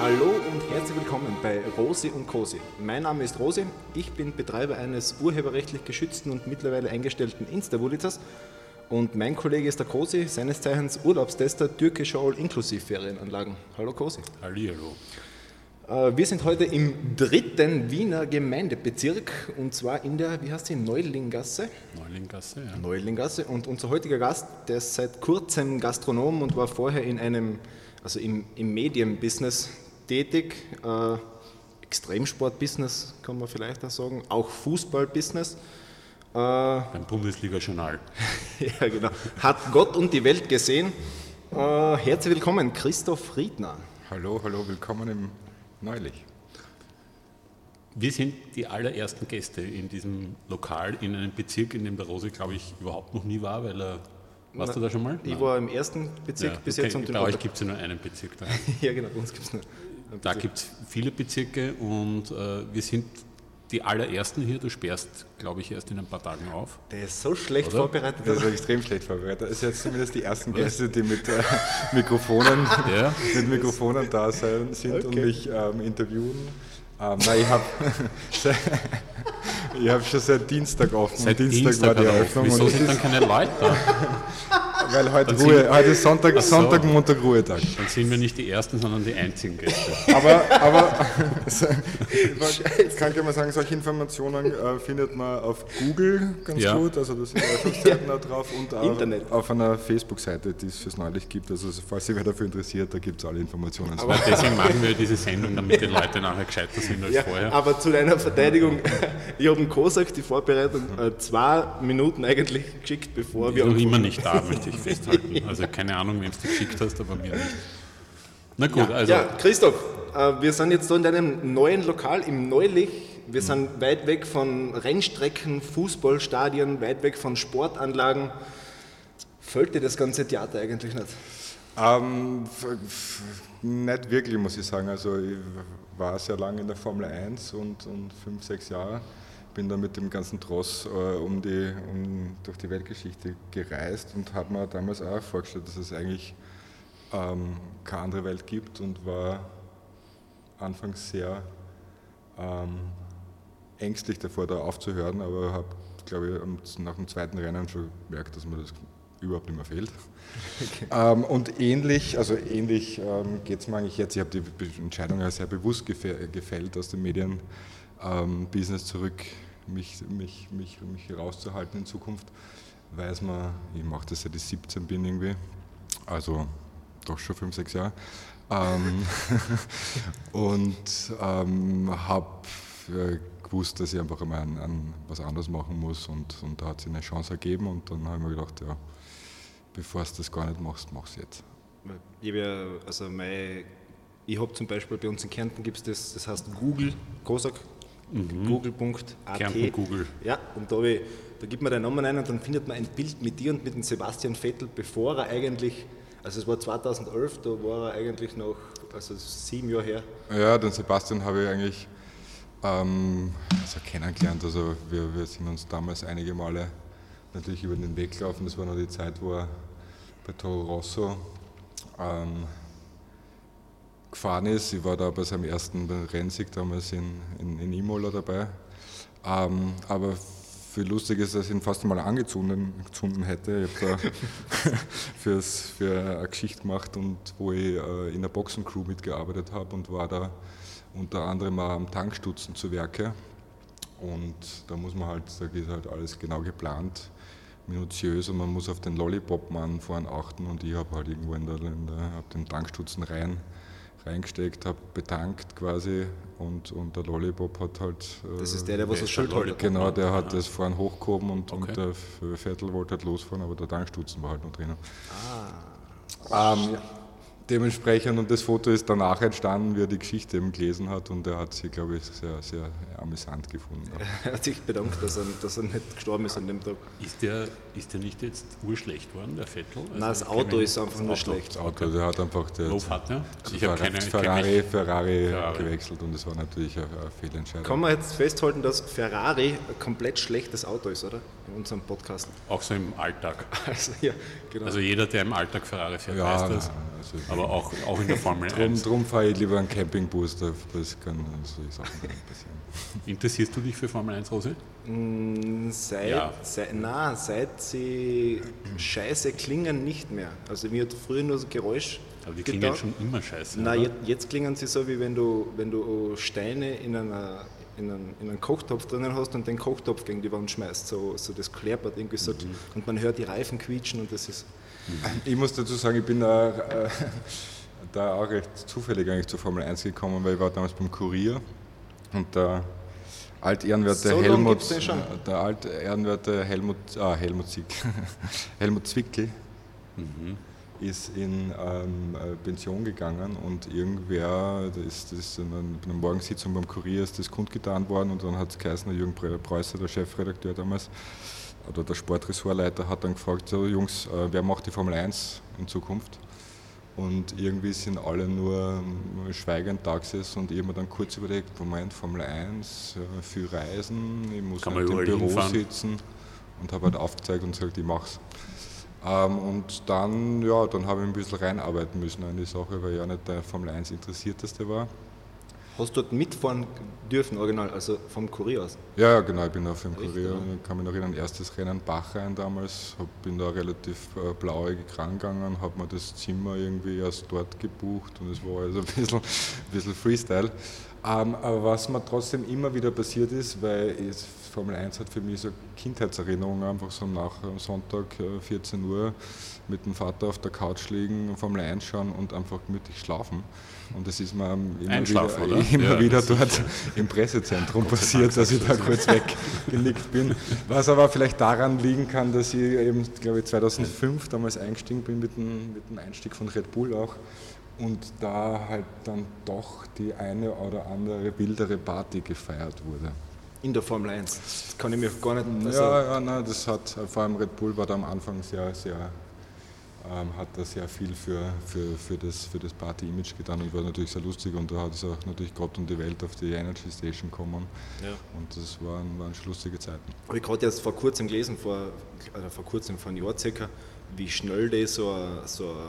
Hallo und herzlich willkommen bei Rosi und Cosi. Mein Name ist Rosi, ich bin Betreiber eines urheberrechtlich geschützten und mittlerweile eingestellten Insta-Wulitzers und mein Kollege ist der Cosi, seines Zeichens Urlaubstester türkischer All-Inklusiv-Ferienanlagen. Hallo Cosi. Hallihallo. Wir sind heute im 3. Wiener Gemeindebezirk und zwar in der, wie heißt sie, Neulinggasse? Neulinggasse, ja. Neulinggasse, und unser heutiger Gast, der ist seit kurzem Gastronom und war vorher in einem, also im Medienbusiness tätig, Extremsportbusiness kann man vielleicht auch sagen, auch Fußballbusiness. Beim Bundesliga-Journal. Ja, genau. Hat Gott und die Welt gesehen. Herzlich willkommen, Christoph Riedner. Hallo, willkommen im Neulich. Wir sind die allerersten Gäste in diesem Lokal, in einem Bezirk, in dem der Rosi, glaube ich, überhaupt noch nie war, weil er... Warst du da schon mal? Ich war im ersten Bezirk ja, bis okay. jetzt. Und bei euch gibt es ja nur einen Bezirk. Da. Ja, genau, bei uns gibt es nur einen Bezirk. Da gibt es viele Bezirke und wir sind die allerersten hier. Du sperrst, glaube ich, erst in ein paar Tagen auf. Der ist so schlecht Oder? vorbereitet. Das ist extrem schlecht vorbereitet. Das ist jetzt zumindest die ersten Gäste, die mit Mikrofonen, mit Mikrofonen da sind und mich interviewen. Nein, ich habe schon seit Dienstag offen. Seit Dienstag war die Eröffnung. Wieso sind dann keine Leute da? Weil heute ist Sonntag, Montag Ruhetag. Dann sind wir nicht die Ersten, sondern die einzigen Gäste. Aber kann ich mal sagen, solche Informationen findet man auf Google ganz gut, also da sind Öffnungszeiten da drauf und auch auf einer Facebook-Seite, die es fürs Neulich gibt, also falls sich wer dafür interessiert, da gibt es alle Informationen. Aber deswegen machen wir diese Sendung, damit die Leute nachher gescheiter sind als vorher. Aber zu deiner Verteidigung, ich habe dem Kosak die Vorbereitung 2 Minuten eigentlich geschickt, bevor wir... noch immer nicht da, möchte ich festhalten. Also keine Ahnung, wem du geschickt hast, aber mir nicht. Na gut, also... Ja, Christoph, wir sind jetzt da in deinem neuen Lokal im Neulich. Wir sind weit weg von Rennstrecken, Fußballstadien, weit weg von Sportanlagen. Fällt dir das ganze Theater eigentlich nicht? Nicht wirklich, muss ich sagen. Also ich war sehr lange in der Formel 1 und 5, 6 Jahre. Bin dann mit dem ganzen Tross durch die Weltgeschichte gereist und habe mir damals auch vorgestellt, dass es eigentlich keine andere Welt gibt und war anfangs sehr ängstlich davor, da aufzuhören, aber habe, glaube ich, nach dem zweiten Rennen schon gemerkt, dass mir das überhaupt nicht mehr fehlt. Okay. Und ähnlich geht es mir eigentlich jetzt. Ich habe die Entscheidung ja sehr bewusst gefällt, aus dem Medienbusiness zurück mich rauszuhalten in Zukunft. Weiß man, ich mache das seit ich 17 bin irgendwie, also doch schon 5, 6 Jahre. Und habe gewusst, dass ich einfach einmal was anderes machen muss und da hat sich eine Chance ergeben und dann habe ich mir gedacht, ja, bevor du das gar nicht machst, mach es jetzt. Ich habe zum Beispiel bei uns in Kärnten gibt es das heißt Google, Kosak, google.at. Kärnten Google. Ja, und da gibt man deinen Namen ein und dann findet man ein Bild mit dir und mit dem Sebastian Vettel, bevor er eigentlich, also es war 2011, da war er eigentlich noch, also 7 Jahre her. Ja, den Sebastian habe ich eigentlich kennengelernt, also wir sind uns damals einige Male natürlich über den Weg gelaufen, das war noch die Zeit, wo er bei Toro Rosso gefahren ist. Ich war da bei seinem ersten Rennsieg damals in Imola dabei. Aber viel lustig ist, dass ich ihn fast einmal angezündet hätte. Ich habe da für eine Geschichte gemacht, und wo ich in der Boxencrew mitgearbeitet habe und war da unter anderem auch am Tankstutzen zu Werke. Und da geht halt alles genau geplant, minutiös, und man muss auf den Lollipop-Mann vorne achten, und ich habe halt irgendwo hab den Tankstutzen reingesteckt, habe betankt quasi, und der Lollipop hat halt... Das ist der was das Schild hat. Genau, der hat das vorne hochgehoben und der Vettel wollte halt losfahren, aber der Tankstutzen war halt noch drinnen. Dementsprechend, und das Foto ist danach entstanden, wie er die Geschichte eben gelesen hat, und er hat sie, glaube ich, sehr, sehr amüsant gefunden. Er hat sich bedankt, dass er nicht gestorben ist an dem Tag. Ist der nicht jetzt urschlecht worden, der Vettel? Also nein, das Auto ist einfach nur schlecht. Das Auto, der hat einfach Ferrari gewechselt, und das war natürlich eine Fehlentscheidung. Kann man jetzt festhalten, dass Ferrari ein komplett schlechtes Auto ist, oder? In unserem Podcast. Auch so im Alltag. Also, ja, genau. Also jeder, der im Alltag Ferrari fährt, weiß das. Aber auch in der Formel 1. Drum fahre ich lieber einen Campingbus, das kann solche Sachen nicht passieren. Interessierst du dich für Formel 1, Rose? Seit sie scheiße klingen, nicht mehr. Also mir hat früher nur so Geräusch. Aber die klingen schon immer scheiße. Nein, jetzt klingen sie so, wie wenn du Steine in einen Kochtopf drinnen hast und den Kochtopf gegen die Wand schmeißt. So das klappert irgendwie so. Und man hört die Reifen quietschen und das ist... Ich muss dazu sagen, ich bin da auch recht zufällig eigentlich zur Formel 1 gekommen, weil ich war damals beim Kurier und der altehrenwerte So Helmut Zwickel ist in Pension gegangen und irgendwer, das ist in einer Morgensitzung beim Kurier, ist das kundgetan worden und dann hat es geheißen, der Jürgen Preußer, der Chefredakteur damals, oder der Sportressortleiter, hat dann gefragt, so Jungs, wer macht die Formel 1 in Zukunft? Und irgendwie sind alle nur schweigend da gesessen und ich habe mir dann kurz überlegt, Moment, Formel 1, viel Reisen, ich muss halt im Büro sitzen und habe halt aufgezeigt und gesagt, ich mach's. Und dann habe ich ein bisschen reinarbeiten müssen in die Sache, weil ich ja nicht der Formel 1 Interessierteste war. Hast du dort mitfahren dürfen, original, also vom Kurier aus? Ja, genau, ich bin auf dem Kurier. Ich kann mich noch erinnern, erstes Rennen Bachrhein damals, bin da relativ blauäugig rangegangen, habe mir das Zimmer irgendwie erst dort gebucht und es war also ein bisschen Freestyle. Aber was mir trotzdem immer wieder passiert ist, weil Formel 1 hat für mich so Kindheitserinnerungen, einfach so nach Sonntag 14 Uhr mit dem Vater auf der Couch liegen, Formel 1 schauen und einfach gemütlich schlafen. Und das ist mir immer wieder dort im Pressezentrum passiert, dass ich da kurz weggenickt bin. Was aber vielleicht daran liegen kann, dass ich eben, glaube ich, 2005 damals eingestiegen bin mit dem Einstieg von Red Bull auch. Und da halt dann doch die eine oder andere wildere Party gefeiert wurde. In der Formel 1? Das kann ich mir gar nicht... Nein, das hat, vor allem Red Bull war da am Anfang hat da sehr viel für das Party-Image getan und war natürlich sehr lustig und da hat es auch natürlich Gott und die Welt auf die Energy Station gekommen und das waren lustige Zeiten. Habe ich gerade erst vor kurzem gelesen, vor einem Jahr circa, wie schnell die so eine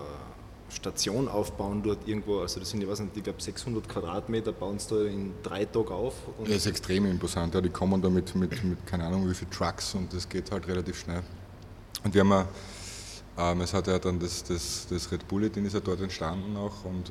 Station aufbauen dort irgendwo, also das sind, ich glaube 600 Quadratmeter, bauen sie da in 3 Tagen auf. Und das ist extrem imposant, die kommen da mit keine Ahnung wie viel Trucks und das geht halt relativ schnell. Und wir haben es hat ja dann das Red Bulletin ist ja dort entstanden auch und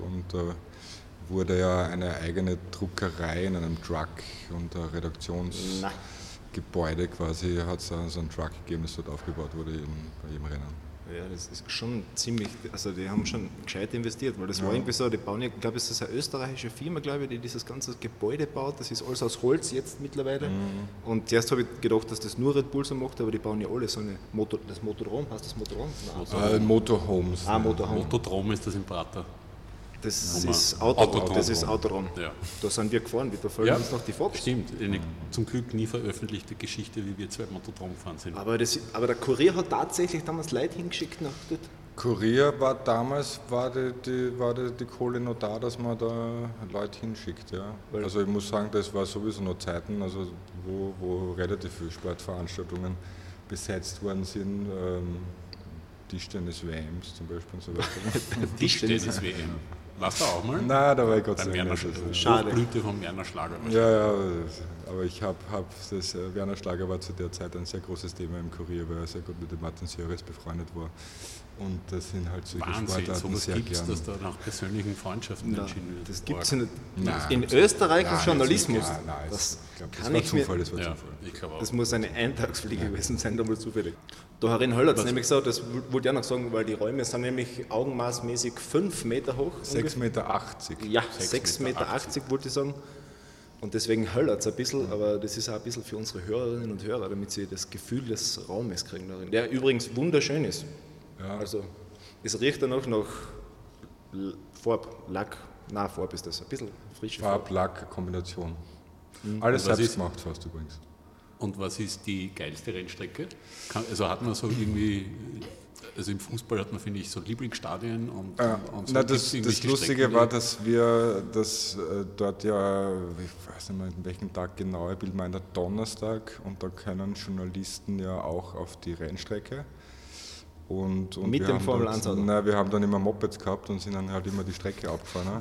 wurde ja eine eigene Druckerei in einem Truck und ein Redaktionsgebäude quasi, hat es so einen Truck gegeben, das dort aufgebaut wurde bei jedem Rennen. Ja, das ist schon ziemlich, also die haben schon gescheit investiert, weil das war irgendwie so, die bauen ja, ich glaube, es ist eine österreichische Firma, glaube ich, die dieses ganze Gebäude baut, das ist alles aus Holz jetzt mittlerweile. Und zuerst habe ich gedacht, dass das nur Red Bull so macht, aber die bauen ja alle so eine, das Motodrom, heißt das Motodrom? Motorhomes. Motodrom ist das im Prater. Das ist Autodrom. Ja. Da sind wir gefahren, da folgen uns noch die Fotos. Stimmt, eine zum Glück nie veröffentlichte Geschichte, wie wir 2 Motodrom gefahren sind. Aber der Kurier hat tatsächlich damals Leute hingeschickt nach dort. Kurier war damals, war die Kohle noch da, dass man da Leute hinschickt. Ja. Also ich muss sagen, das war sowieso noch Zeiten, also wo relativ viele Sportveranstaltungen besetzt worden sind. Tischtennis-WMs zum Beispiel und so weiter. Tischtennis-WM. Warst du auch mal? Nein, da war ich Gott sei Dank nicht. Schade. Blüte vom Werner Schlager. Ja, aber ich habe das Werner Schlager war zu der Zeit ein sehr großes Thema im Kurier, weil er sehr gut mit dem Martin Sjöres befreundet war. Und das sind halt solche Sportarten sowas sehr gibt's, gern. dass da nach persönlichen Freundschaften entschieden wird. Das gibt es ja nicht. In Österreich im Journalismus. Das war Zufall. Ich glaube auch. Das muss eine Eintagsfliege gewesen sein, da mal zufällig. Da Herrin Höll hat es nämlich gesagt, das wollte ich auch noch sagen, weil die Räume sind nämlich augenmaßmäßig 5 Meter hoch. 6,80 Meter. Ja, 6,80 Meter wollte ich sagen. Und deswegen höllert es ein bisschen, aber das ist auch ein bisschen für unsere Hörerinnen und Hörer, damit sie das Gefühl des Raumes kriegen darin. Der übrigens wunderschön ist. Ja. Also es riecht dann auch nach Lack. Nein, Farb ist das, ein bisschen frische Farb-Lack-Kombination. Alles selbst gemacht fast übrigens. Und was ist die geilste Rennstrecke? Also hat man so irgendwie, also im Fußball hat man, finde ich, so Lieblingsstadien und so. Das Lustige war, dass wir dort ja, ich weiß nicht mehr, in welchem Tag genau, ich bilde meinen Donnerstag und da können Journalisten ja auch auf die Rennstrecke. Und mit wir dem haben Formel dort, 1 Auto? Nein, wir haben dann immer Mopeds gehabt und sind dann halt immer die Strecke abgefahren.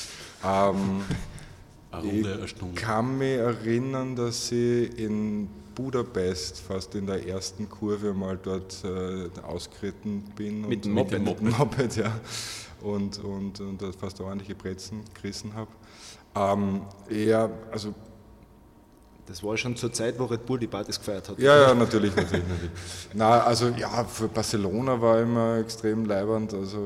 Eine Runde, eine Stunde. Ich kann mich erinnern, dass ich in Budapest fast in der ersten Kurve mal dort ausgeritten bin. Mit dem Mit Moped? dem Moped, ja. Und fast ordentliche Brezen gerissen habe. Ja, also Das war schon zur Zeit, wo Red Bull die Partys gefeiert hat. ja, natürlich. Na, also ja, für Barcelona war immer extrem leibernd, also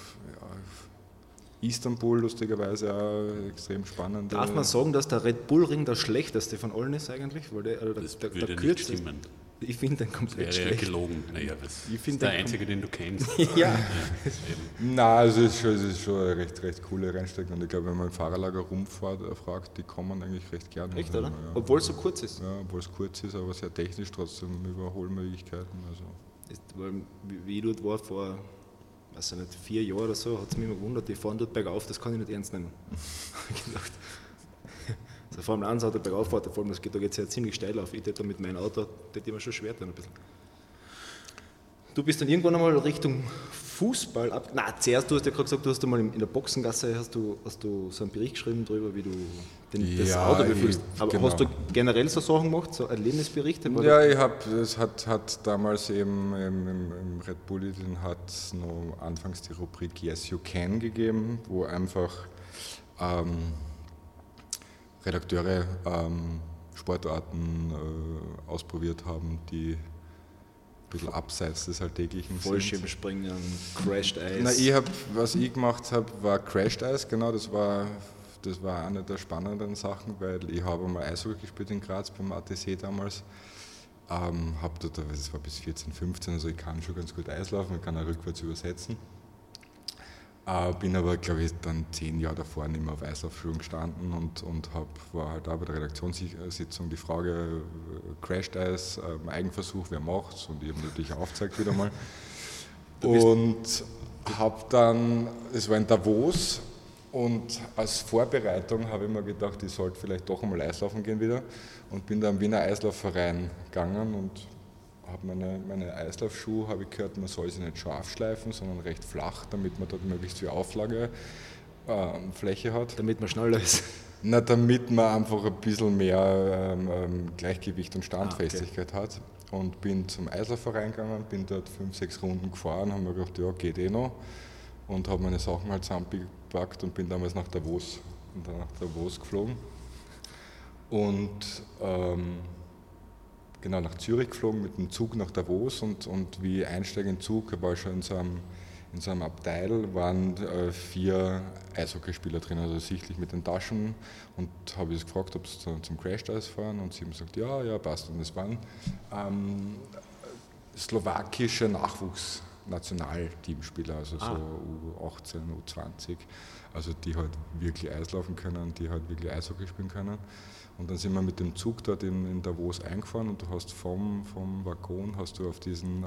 ja, Istanbul lustigerweise auch extrem spannend. Darf man sagen, dass der Red Bull Ring der schlechteste von allen ist eigentlich? Weil der, Das der würde nicht kürzeste. stimmen. Ich finde den komplett Wäre ja schlecht. gelogen. Naja, das Ich find ist der den einzige, den du kennst. Ja. Eben. Na, also es ist schon eine recht coole Rennstrecke und ich glaube, wenn man im Fahrerlager rumfährt, fragt, die kommen eigentlich recht gerne. Echt, Also, oder? ja, Obwohl es so kurz ist. Ja, obwohl es kurz ist, aber sehr technisch trotzdem Überholmöglichkeiten. Also. Weil, wie ich dort war, vor weiß ich nicht, 4 Jahren oder so, hat es mich immer gewundert, die fahren dort bergauf, das kann ich nicht ernst nehmen. Ich gedacht, also vor allem 1 Auto bergauf fährt, vor allem, da geht es ja ziemlich steil auf. Ich hätte da mit meinem Auto, das immer schon schwer tun ein bisschen. Du bist dann irgendwann einmal Richtung Fußball ab. Nein, zuerst, du hast ja gerade gesagt, du hast einmal in der Boxengasse hast du so einen Bericht geschrieben darüber, wie du das Ja, Auto befühlst. Aber genau. hast du generell so Sachen gemacht, so Erlebnisberichte? Ja, es hat damals eben im Red Bull, den hat es noch anfangs die Rubrik Yes You Can gegeben, wo einfach Redakteure Sportarten ausprobiert haben, die ein bisschen abseits des Alltäglichen sind. Fallschirmspringen, Crashed Ice. Na, was ich gemacht habe, war Crashed Ice, genau, das war eine der spannenden Sachen, weil ich habe mal Eishockey gespielt in Graz beim ATC damals. Das war bis 14, 15, also ich kann schon ganz gut Eislaufen, ich kann auch rückwärts übersetzen. Bin aber, glaube ich, dann 10 Jahre davor nicht mehr auf Eislaufschuhen gestanden und war halt auch bei der Redaktionssitzung die Frage, Crashed Ice, Eigenversuch, wer macht's? Und ich habe natürlich aufgezeigt wieder mal. Und habe dann, es war in Davos, und als Vorbereitung habe ich mir gedacht, ich sollte vielleicht doch einmal Eislaufen gehen wieder und bin dann am Wiener Eislaufverein gegangen und habe meine Eislaufschuhe, habe ich gehört, man soll sie nicht scharf schleifen, sondern recht flach, damit man dort möglichst viel Auflagefläche hat. Damit man schneller ist. Na, damit man einfach ein bisschen mehr Gleichgewicht und Standfestigkeit hat. Und bin zum Eislaufverein gegangen, bin dort 5, 6 Runden gefahren, habe mir gedacht, ja, geht eh noch. Und habe meine Sachen halt zusammengepackt und bin damals nach Davos geflogen. Und genau nach Zürich geflogen mit dem Zug nach Davos und wie ich einsteige in den Zug, war ich schon in so einem Abteil, waren 4 Eishockeyspieler drin, also sichtlich mit den Taschen, und habe ich gefragt, ob sie zum Crash-Eis fahren, und sie haben gesagt, ja, passt. Und es waren slowakische Nachwuchsnationalteamspieler, also so U18, U20, also die halt wirklich Eislaufen können, die halt wirklich Eishockey spielen können. Und dann sind wir mit dem Zug dort in Davos eingefahren und du hast vom Waggon hast du auf diesen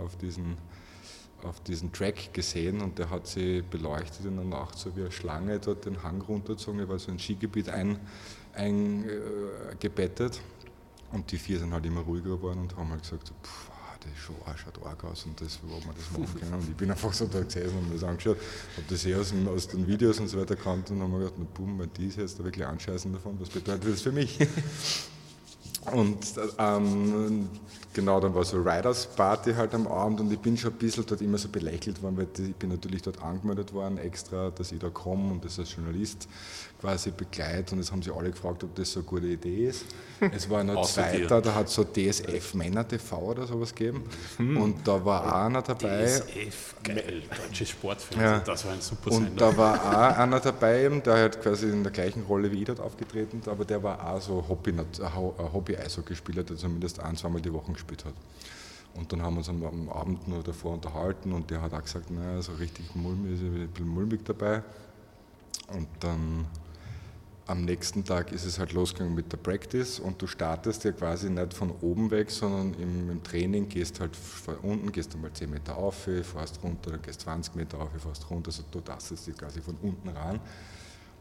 Track gesehen, und der hat sie beleuchtet in der Nacht, so wie eine Schlange dort den Hang runtergezogen, weil so ein Skigebiet eingebettet. Und die 4 sind halt immer ruhiger geworden und haben halt gesagt, so, das schaut arg aus und das, ob wir das machen können. Und ich bin einfach so da gesessen und mir das angeschaut, habe das aus den Videos und so weiter gekannt und habe mir gedacht, wenn die jetzt da wirklich anscheißen davon, was bedeutet das für mich? Und genau, dann war so Riders Party halt am Abend, und ich bin schon ein bisschen dort immer so belächelt worden, weil ich bin natürlich dort angemeldet worden extra, dass ich da komme und das als Journalist quasi begleite, und es haben sich alle gefragt, ob das so eine gute Idee ist. Es war noch zweiter, da hat es so DSF Männer TV oder sowas gegeben, und da war auch einer dabei. DSF, geil, deutsches Sportfernsehen, Ja. das war ein super Und Sender. da war auch einer dabei, der hat quasi in der gleichen Rolle wie ich dort aufgetreten, aber der war auch so Hobby-Eishockeyspieler, der zumindest 1-2 Mal die Woche gespielt hat. Und dann haben wir uns am Abend noch davor unterhalten, und der hat auch gesagt, naja, so richtig mulmig, ist ein bisschen mulmig dabei. Und dann am nächsten Tag ist es halt losgegangen mit der Practice, und du startest ja quasi nicht von oben weg, sondern im Training gehst halt von unten, gehst einmal 10 Meter auf, fährst runter, dann gehst 20 Meter auf, fährst runter, also du tastest dich quasi von unten ran.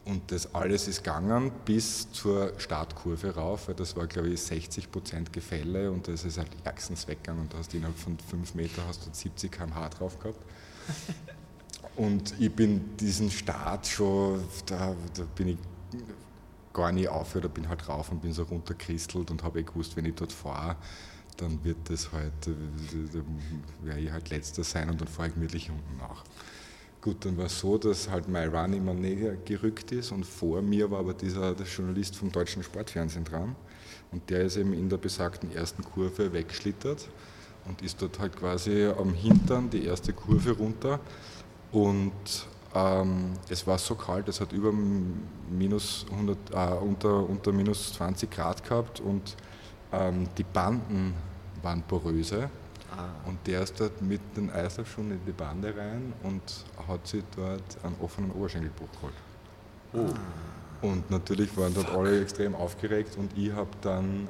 Und das alles ist gegangen bis zur Startkurve rauf, weil das war, glaube ich, 60% Gefälle und das ist halt ärgstens weggegangen und du hast innerhalb von 5 Meter hast du 70 km/h drauf gehabt. Und ich bin diesen Start schon, da bin ich gar nicht aufgehört, da bin halt rauf und bin so runterkristelt und habe gewusst, wenn ich dort fahre, dann wird das halt, da werde ich halt Letzter sein und dann fahre ich gemütlich unten nach. Gut, dann war es so, dass halt mein Run immer näher gerückt ist und vor mir war aber der Journalist vom deutschen Sportfernsehen dran und der ist eben in der besagten ersten Kurve weggeschlittert und ist dort halt quasi am Hintern die erste Kurve runter und es war so kalt, es hat über minus 100, unter minus 20 Grad gehabt und die Banden waren poröse. Und der ist dort mit den Eislaufschuhen in die Bande rein und hat sich dort einen offenen Oberschenkelbruch geholt. Oh. Und natürlich waren dort alle extrem aufgeregt und ich habe dann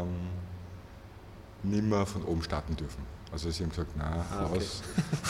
nicht mehr von oben starten dürfen. Also sie haben gesagt, nein, raus.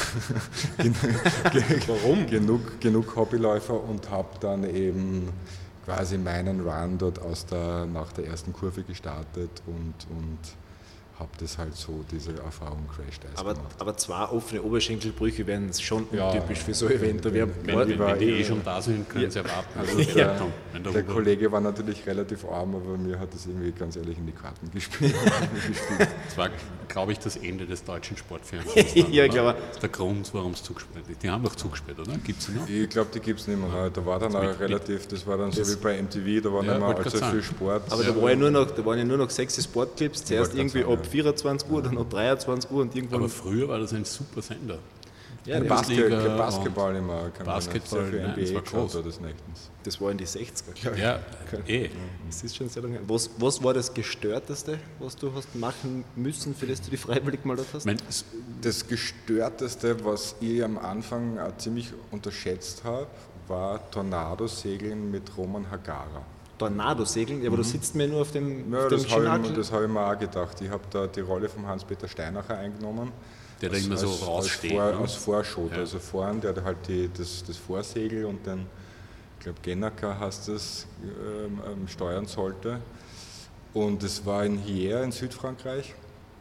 Okay. Warum? Genug Hobbyläufer und habe dann eben quasi meinen Run dort nach der ersten Kurve gestartet und habe das halt so, diese Erfahrung Crash-Eis gemacht. Aber 2 offene Oberschenkelbrüche wären schon untypisch für so ein Event. Wenn die schon da sind, können sie erwarten. Also der Kollege war natürlich relativ arm, aber mir hat das irgendwie ganz ehrlich in die Karten gespielt. Das war, glaube ich, das Ende des deutschen Sportfernsehens. Ja, klar. Das ist der Grund, warum es zugesperrt ist. Die haben doch zugesperrt, oder? Gibt es sie noch? Ich glaube, die gibt es nicht mehr. Da war dann auch relativ, das war dann so wie bei MTV, da war nicht mehr allzu viel Sport. Aber da waren ja nur noch 6 Sportclips, zuerst irgendwie ab 24 Uhr, dann ab 23 Uhr und irgendwann... Aber früher war das ein super Sender. Ja, Basketball immer. Basketball, für nein, das war groß. Des Nächtens. Das war in die 60er, glaube ich. Ja, Das ist schon sehr lange. Was war das Gestörteste, was du hast machen müssen, für das du dich freiwillig gemeldet hast? Das Gestörteste, was ich am Anfang auch ziemlich unterschätzt habe, war Tornadosegeln mit Roman Hagara. Tornadosegeln? Ja, aber du sitzt mir nur auf dem das habe ich mir auch gedacht. Ich habe da die Rolle von Hans-Peter Steinacher eingenommen. Der da immer so raussteht. Als Vorschot, also vorn, der hat halt das Vorsegel und dann, ich glaube, Gennaker heißt das, steuern sollte. Und es war in Hyères in Südfrankreich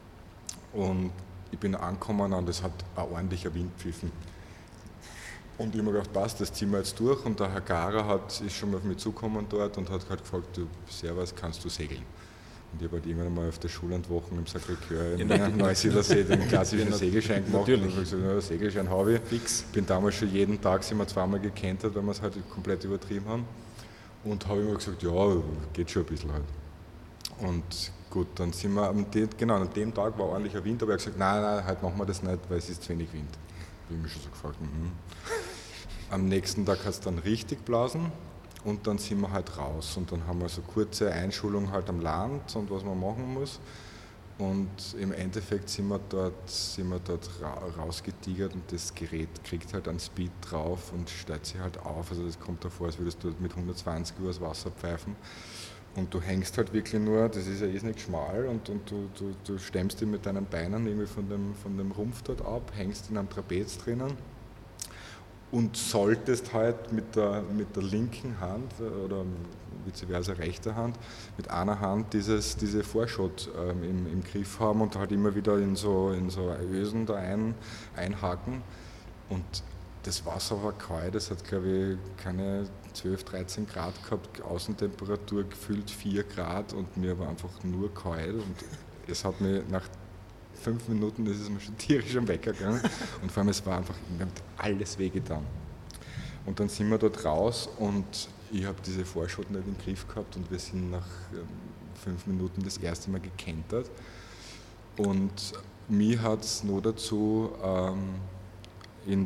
und ich bin angekommen und es hat ein ordentlicher Wind pfiffen. Und ich habe mir gedacht, passt, das ziehen wir jetzt durch. Und der Hagara ist schon mal auf mich zugekommen dort und hat halt gefragt, du Servus, kannst du segeln? Und ich habe halt irgendwann mal auf der Schullandwoche im Sacré-Cœur in Neusiedlersee den klassischen Segelschein gemacht. Natürlich. Und ich habe gesagt, na, Segelschein habe ich. Fix. Bin damals schon jeden Tag, sind wir zweimal gekentert, weil wir es halt komplett übertrieben haben. Und habe immer gesagt, ja, geht schon ein bisschen halt. Und gut, dann sind wir, an dem Tag war ordentlicher Wind, aber ich habe gesagt, nein, heute machen wir das nicht, weil es ist zu wenig Wind. Ich habe mich schon so gefragt, Am nächsten Tag hat es dann richtig blasen und dann sind wir halt raus und dann haben wir so kurze Einschulung halt am Land und was man machen muss. Und im Endeffekt sind wir dort rausgetigert und das Gerät kriegt halt einen Speed drauf und steigt sich halt auf. Also das kommt davor, als würdest du mit 120 übers Wasser pfeifen. Und du hängst halt wirklich nur, das ist ja nicht schmal und du stemmst dich mit deinen Beinen irgendwie von dem Rumpf dort ab, hängst in einem Trapez drinnen und solltest halt mit der linken Hand oder vice versa rechter Hand mit einer Hand diese Vorschot im Griff haben und halt immer wieder in so Ösen da einhaken. Und das Wasser war kalt, es hat glaube ich keine 12, 13 Grad gehabt, Außentemperatur gefühlt 4 Grad und mir war einfach nur kalt und es hat mir nach 5 Minuten ist es mir schon tierisch am Wecker gegangen und vor allem es war einfach, mir hat alles wehgetan. Und dann sind wir dort raus und ich habe diese Vorschotten nicht im Griff gehabt und wir sind nach 5 Minuten das erste Mal gekentert und mir hat es nur dazu in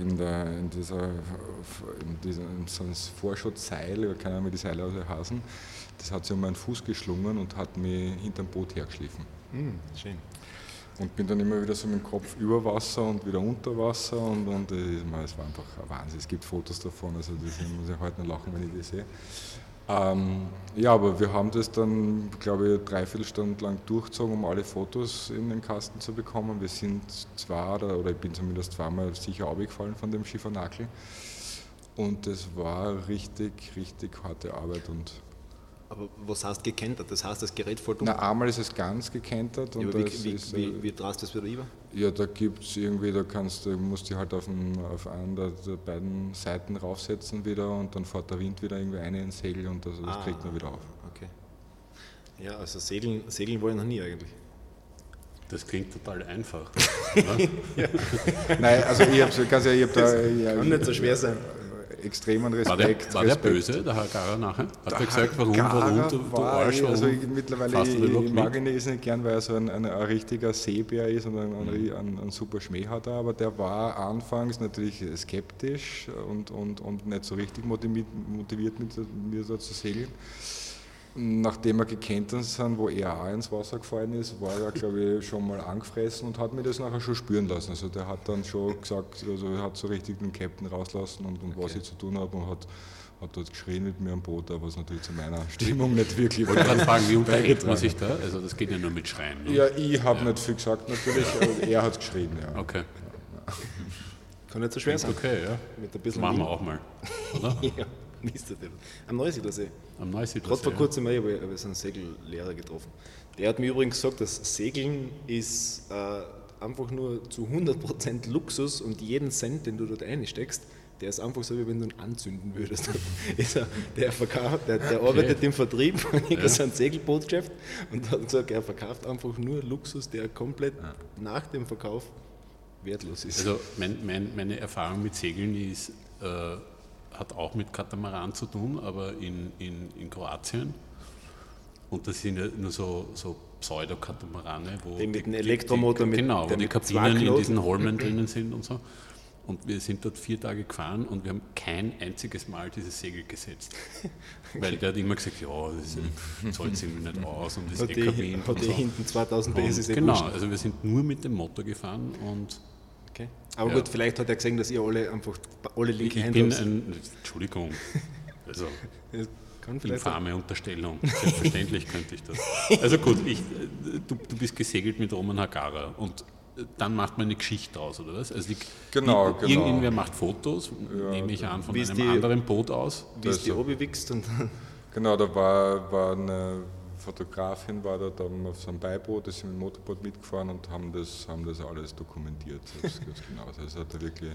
diesem so ein Vorschotseil, keine Ahnung wie die Seile heißen, das hat sich um meinen Fuß geschlungen und hat mich hinterm Boot hergeschliffen. Schön. Und bin dann immer wieder so mit dem Kopf über Wasser und wieder unter Wasser und es war einfach ein Wahnsinn. Es gibt Fotos davon, also das muss ich heute noch lachen, wenn ich die sehe. Ja, aber wir haben das dann, glaube ich, 3/4 Stunde lang durchgezogen, um alle Fotos in den Kasten zu bekommen. Wir sind oder ich bin zumindest zweimal sicher runtergefallen von dem Schiffernakel. Und das war richtig, richtig harte Arbeit. Aber was heißt gekentert? Das heißt, das Gerät fällt um? Na, einmal ist es ganz gekentert. Und aber das ist, wie drast du das wieder über? ja, da gibt es irgendwie, du musst dich halt auf einen der beiden Seiten raufsetzen wieder und dann fährt der Wind wieder irgendwie rein ins Segel und das kriegt man wieder auf. Okay. Ja, also segeln wollen noch nie eigentlich. Das klingt total einfach. Nein, also ich habe da Kann nicht so schwer sein. extremen Respekt. War der böse, der Herr Gara nachher? Hat er gesagt, warum du Arsch, also warum mittlerweile, fährst du den noch ich mag ihn mit? nicht gern, weil er so ein richtiger Seebär ist und einen super Schmäh hat, aber der war anfangs natürlich skeptisch und nicht so richtig motiviert mit mir so zu segeln. Nachdem wir gekentert sind, wo er auch ins Wasser gefallen ist, war er, glaube ich, schon mal angefressen und hat mir das nachher schon spüren lassen. Also der hat dann schon gesagt, also er hat so richtig den Captain rauslassen und was ich zu tun habe und hat dort geschrien mit mir am Boot, aber was natürlich zu meiner Stimmung nicht wirklich Ich wollte gerade fragen, wie unterhält man sich da? Also das geht ja nur mit Schreien. Ne? Ja, ich habe nicht viel gesagt natürlich, aber er hat geschrien, ja. Okay. Kann nicht so schwer sein. Okay, ja. Mit ein bisschen Machen wir Wind. auch mal, oder? Ja, Mist. Am Neusiedlersee. Am Neusiedlersee. Gerade vor kurzem habe ich so einen Segellehrer getroffen. Der hat mir übrigens gesagt, dass Segeln ist einfach nur zu 100% Luxus und jeden Cent, den du dort einsteckst, der ist einfach so, wie wenn du ihn anzünden würdest. Der arbeitet im Vertrieb von so einem Segelbootgeschäft und hat gesagt, er verkauft einfach nur Luxus, der komplett nach dem Verkauf wertlos ist. Also meine Erfahrung mit Segeln ist, hat auch mit Katamaran zu tun, aber in Kroatien. Und das sind ja nur so Pseudo-Katamarane, wo Die mit einem Elektromotor mit genau, wo der die mit zwei Kabinen in Knoten. diesen Holmen drinnen sind und so. Und wir sind dort 4 Tage gefahren und wir haben kein einziges Mal dieses Segel gesetzt. Weil der hat immer gesagt, ja, das zahlt sich nicht aus und das Hat EKW und die so. hinten 2000 PS ist Und eh genau, wurscht. also wir sind nur mit dem Motor gefahren und Okay. Aber Ja. gut, vielleicht hat er gesehen, dass ihr alle linke ich Hände bin habt. Entschuldigung, also Das kann vielleicht infame Unterstellung, selbstverständlich könnte ich das. Also gut, du bist gesegelt mit Roman Hagara und dann macht man eine Geschichte draus, oder was? Also Genau. Irgendwer macht Fotos, nehme ich an, von Wie ist einem die- anderen Boot aus. wie es die Obi wächst und Genau, da war eine Fotografin, war da dann auf so einem Beiboot, ist mit dem Motorboot mitgefahren und haben das alles dokumentiert. Das ganz genau. Also es hat da wirklich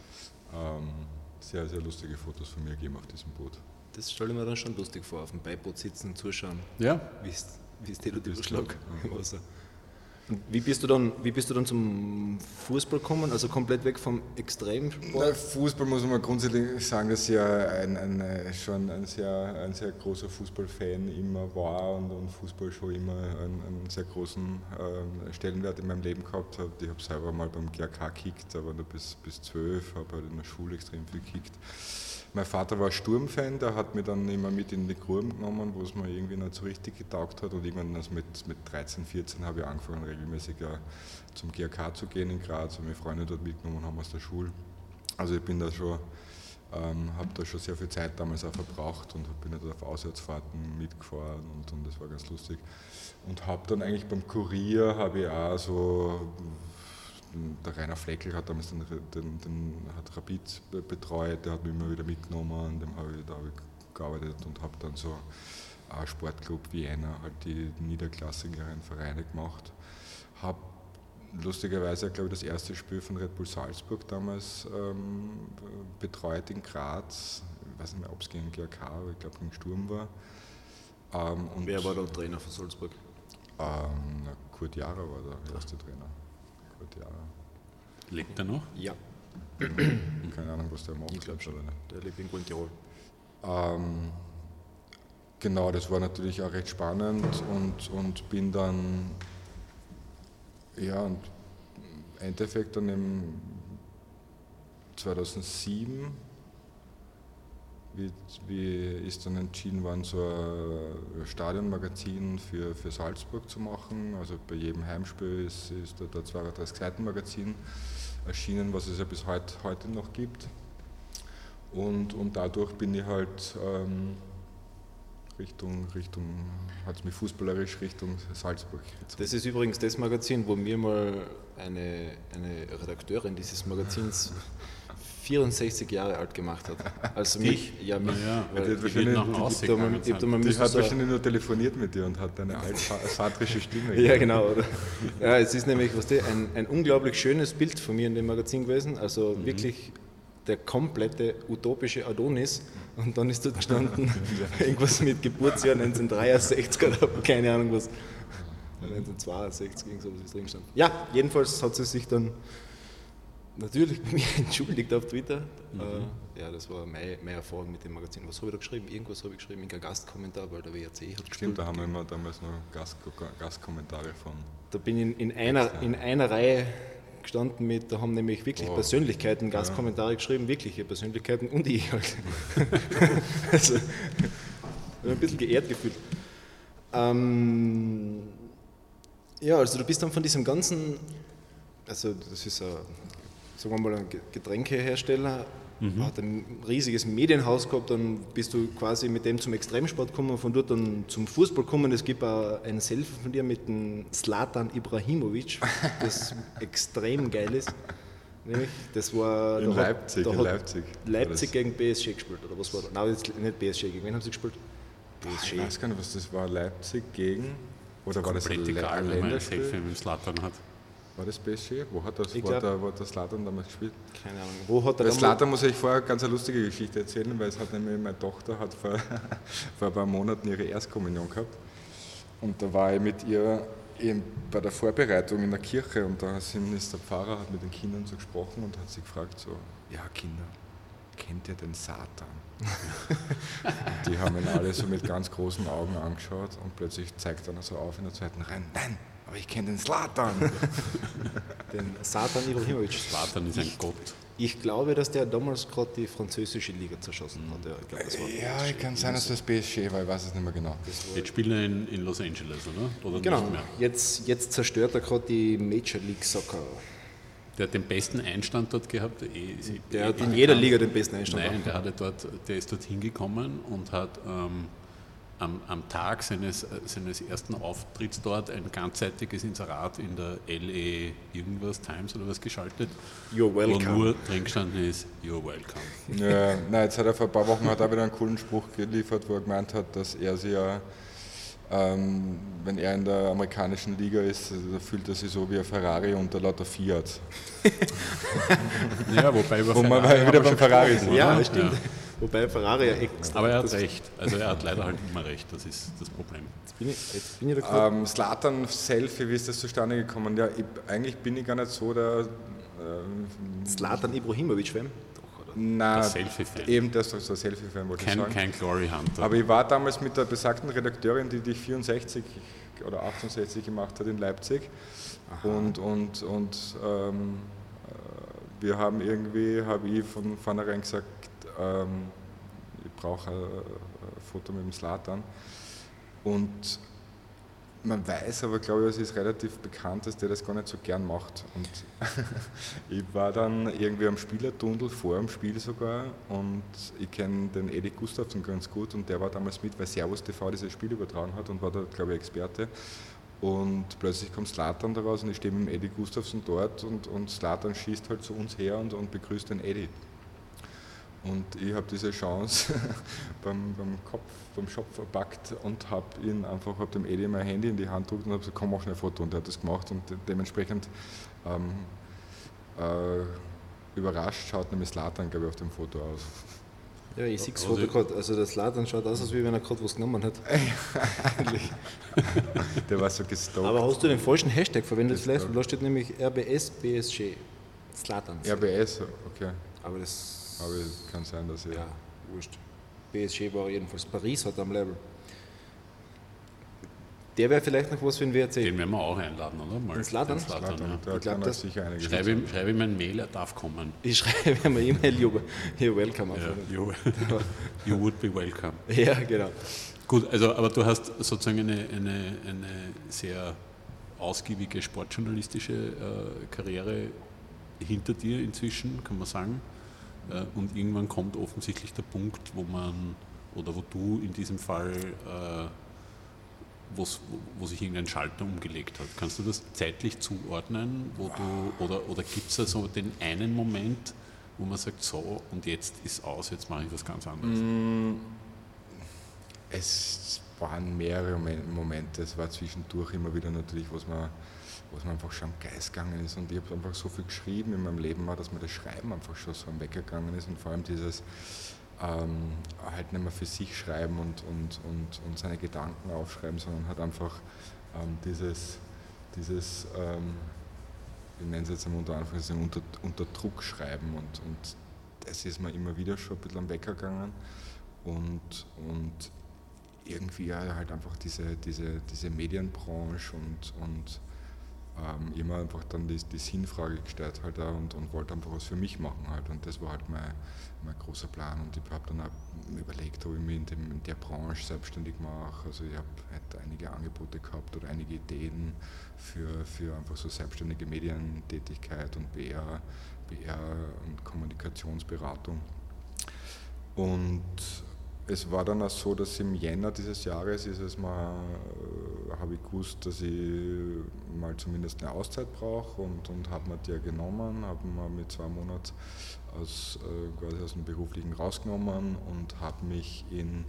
sehr, sehr lustige Fotos von mir gegeben auf diesem Boot. das stelle ich mir dann schon lustig vor, auf dem Beiboot sitzen und zuschauen, Ja, wie es dir der Überschlag im Wasser. Und wie bist du dann zum Fußball gekommen, also komplett weg vom Extremsport? Na, Fußball muss man grundsätzlich sagen, dass ich ja schon ein sehr großer Fußballfan immer war und Fußball schon immer einen sehr großen Stellenwert in meinem Leben gehabt hat. Ich habe selber mal beim GRK gekickt, aber nur bis 12, habe halt in der Schule extrem viel gekickt. Mein Vater war Sturmfan, der hat mich dann immer mit in die Gruben genommen, wo es mir irgendwie nicht so richtig getaugt hat. Und irgendwann also mit 13, 14 habe ich angefangen, regelmäßig zum GRK zu gehen in Graz, weil meine Freunde dort mitgenommen haben aus der Schule. Also ich bin da schon, habe da schon sehr viel Zeit damals auch verbraucht und bin da auf Auswärtsfahrten mitgefahren und das war ganz lustig. Und habe dann eigentlich beim Kurier, habe ich auch so, der Rainer Fleckl hat damals hat Rapid betreut, der hat mich immer wieder mitgenommen, dem habe ich gearbeitet und habe dann so Sportclub Vienna, halt die niederklassigeren Vereine gemacht. Habe lustigerweise, glaube ich, das erste Spiel von Red Bull Salzburg damals betreut in Graz. Ich weiß nicht mehr, ob es gegen GRK, aber ich glaube gegen Sturm war. Und Wer war der Trainer von Salzburg? Kurt Jara war der erste Trainer. Kurt Jara. lebt er noch? Ja, Keine Ahnung, was der macht. ich glaube schon. aber nicht. Der lebt in Tirol. Genau, das war natürlich auch recht spannend und bin dann, ja, und im Endeffekt dann im 2007, wie ist dann entschieden worden, so ein Stadionmagazin für Salzburg zu machen. Also bei jedem Heimspiel ist da 32 Seiten-Magazin erschienen, was es ja bis heute noch gibt. Und dadurch bin ich halt hat es mich fußballerisch Richtung Salzburg gezogen. Das ist übrigens das Magazin, wo mir mal eine Redakteurin dieses Magazins 64 Jahre alt gemacht hat. Also mich, ja, mich. Ja, Ja, die hat die wird nach dem Ich Aussehen hab da mal- gegangen ich hab da sein. mal Die müssen hat so- wahrscheinlich nur telefoniert mit dir und hat eine altvatrische Stimme. Ja, genau. Oder? Ja, es ist nämlich ein unglaublich schönes Bild von mir in dem Magazin gewesen. Also wirklich der komplette utopische Adonis. Und dann ist dort gestanden, irgendwas mit Geburtsjahr 1963 oder keine Ahnung was. 1962, irgend sowas ist drin gestanden. Ja, jedenfalls hat sie sich dann natürlich bei mir entschuldigt auf Twitter. Ja, das war meine Erfahrung mit dem Magazin. Was habe ich da geschrieben? Irgendwas habe ich geschrieben, irgendein Gastkommentar, weil der WRC hat Stimmt, da haben wir immer damals noch Gastkommentare von. Da bin ich in einer Reihe gestanden mit, da haben nämlich wirklich Persönlichkeiten Gastkommentare geschrieben, wirkliche Persönlichkeiten und ich halt. Also, ich habe mich ein bisschen geehrt gefühlt. Ja, also du bist dann von diesem ganzen, also das ist ein, sagen wir mal, ein Getränkehersteller, hat ein riesiges Medienhaus gehabt, dann bist du quasi mit dem zum Extremsport gekommen, von dort dann zum Fußball gekommen. Es gibt auch ein Selfie von dir mit dem Zlatan Ibrahimovic, das extrem geil ist. Nämlich, das war In da Leipzig, da in hat Leipzig. Leipzig gegen PSG gespielt, oder was war das? Nein, jetzt nicht PSG, gegen wen haben sie gespielt? Ich weiß gar nicht, was das war. Leipzig gegen. Oder war das ein Komplett egal, wenn man ein Länderspiel? Selfie mit dem Slatan hat. War das PSG? Wo hat das, Ich wo glaub- hat der Zlatan damals gespielt? Keine Ahnung. Wo hat er Bei damals- Zlatan muss ich vorher ganz eine lustige Geschichte erzählen, weil es hat nämlich meine Tochter hat vor ein paar Monaten ihre Erstkommunion gehabt. Und da war ich mit ihr eben bei der Vorbereitung in der Kirche und da ist der Pfarrer, hat mit den Kindern so gesprochen und hat sie gefragt so, ja Kinder, kennt ihr den Satan? Und die haben ihn alle so mit ganz großen Augen angeschaut und plötzlich zeigt einer so auf in der zweiten Reihe, nein, aber ich kenne den Zlatan. Den Zlatan Ibrahimovic. Slatan ist ein Gott. Ich glaube, dass der damals gerade die französische Liga zerschossen hat. Ja, ich glaube, das war Ja, ich kann sein, dass das PSG war, ich weiß es nicht mehr genau. Jetzt spielt er in Los Angeles, oder Genau, nicht mehr? jetzt zerstört er gerade die Major League Soccer. Der hat den besten Einstand dort gehabt. Der hat in jeder Liga den besten Einstand. Nein, der ist dort hingekommen und hat am Tag seines ersten Auftritts dort ein ganzseitiges Inserat in der LA irgendwas Times oder was geschaltet, You're wo welcome. nur drin gestanden ist, you're welcome. Ja, nein, jetzt hat er vor ein paar Wochen hat er wieder einen coolen Spruch geliefert, wo er gemeint hat, dass er sich ja, wenn er in der amerikanischen Liga ist, da fühlt er sich so wie ein Ferrari unter lauter Fiat. Ja, wobei über Wo man Ferrari wieder haben wir beim schon Ferrari gesprochen, sind. Ja, oder? stimmt. Wobei Ferrari ja extra. Aber er hat recht. Also er hat leider halt immer recht, das ist das Problem. Jetzt bin ich da gerade. Zlatan Selfie, wie ist das zustande gekommen? Ja, eigentlich bin ich gar nicht so der. Zlatan Ibrahimovic-Fan? Doch, oder? Nein, Der Selfie-Fan. eben das ist so ein Selfie-Fan, wollte ich sagen. Kein Glory Hunter. Aber ich war damals mit der besagten Redakteurin, die 64 oder 68 gemacht hat in Leipzig. Und wir haben habe ich von vornherein gesagt, ich brauche ein Foto mit dem Zlatan. Und man weiß aber, glaube ich, es ist relativ bekannt, dass der das gar nicht so gern macht. Und ich war dann irgendwie am Spielertunnel, vor dem Spiel sogar, und ich kenne den Eddie Gustafsson ganz gut und der war damals mit, weil Servus TV dieses Spiel übertragen hat und war da, glaube ich, Experte. Und plötzlich kommt Zlatan daraus und ich stehe mit dem Eddie Gustafsson dort und Zlatan schießt halt zu uns her und begrüßt den Eddie. Und ich habe diese Chance beim Shop verpackt und habe dem Eddie mein Handy in die Hand gedrückt und habe gesagt, komm, mach schnell ein Foto. Und er hat das gemacht und dementsprechend überrascht schaut nämlich Zlatan, glaube ich, auf dem Foto aus. Ja, ich sehe das Foto gerade. Also der Zlatan schaut aus, als wenn er gerade was genommen hat. Der war so gestalkt. Aber hast du den falschen Hashtag verwendet vielleicht? Da steht nämlich RBS BSG. Zlatan. RBS, okay. Aber das. Aber es kann sein, dass ich. Ja, wurscht. PSG war jedenfalls. Paris hat am Label. Der wäre vielleicht noch was für den WRC. Den werden wir auch einladen, oder? Mal Den Zlatan? ja. Da Ich kann glaub, er das- sicher einiges Schreibe ihm ein Mail, er darf kommen. Ich schreibe mir E-Mail, you're welcome. Ja, you would be welcome. Ja, genau. Gut, also aber du hast sozusagen eine sehr ausgiebige sportjournalistische Karriere hinter dir inzwischen, kann man sagen. Und irgendwann kommt offensichtlich der Punkt, wo du in diesem Fall, wo sich irgendein Schalter umgelegt hat. Kannst du das zeitlich zuordnen, oder gibt es da so den einen Moment, wo man sagt, so und jetzt ist aus, jetzt mache ich was ganz anderes? Es waren mehrere Momente, es war zwischendurch immer wieder natürlich, was mir einfach schon am Geist gegangen ist, und ich habe einfach so viel geschrieben in meinem Leben, dass mir das Schreiben einfach schon so am Weg gegangen ist, und vor allem dieses halt nicht mehr für sich schreiben und seine Gedanken aufschreiben, sondern halt einfach dieses ich nenne es jetzt einmal unter Anführungszeichen, unter Druck schreiben, und das ist mir immer wieder schon ein bisschen am Weg gegangen, und irgendwie halt einfach diese Medienbranche und immer einfach dann die Sinnfrage gestellt halt auch, und wollte einfach was für mich machen halt, und das war halt mein großer Plan, und ich habe dann auch überlegt, ob ich mich in der Branche selbstständig mache. Also ich habe halt einige Angebote gehabt oder einige Ideen für einfach so selbstständige Medientätigkeit und PR und Kommunikationsberatung. Und es war dann auch so, dass im Jänner dieses Jahres habe ich gewusst, dass ich mal zumindest eine Auszeit brauche, und habe mir die genommen, habe mir mit 2 Monaten quasi aus dem Beruflichen rausgenommen und habe mich in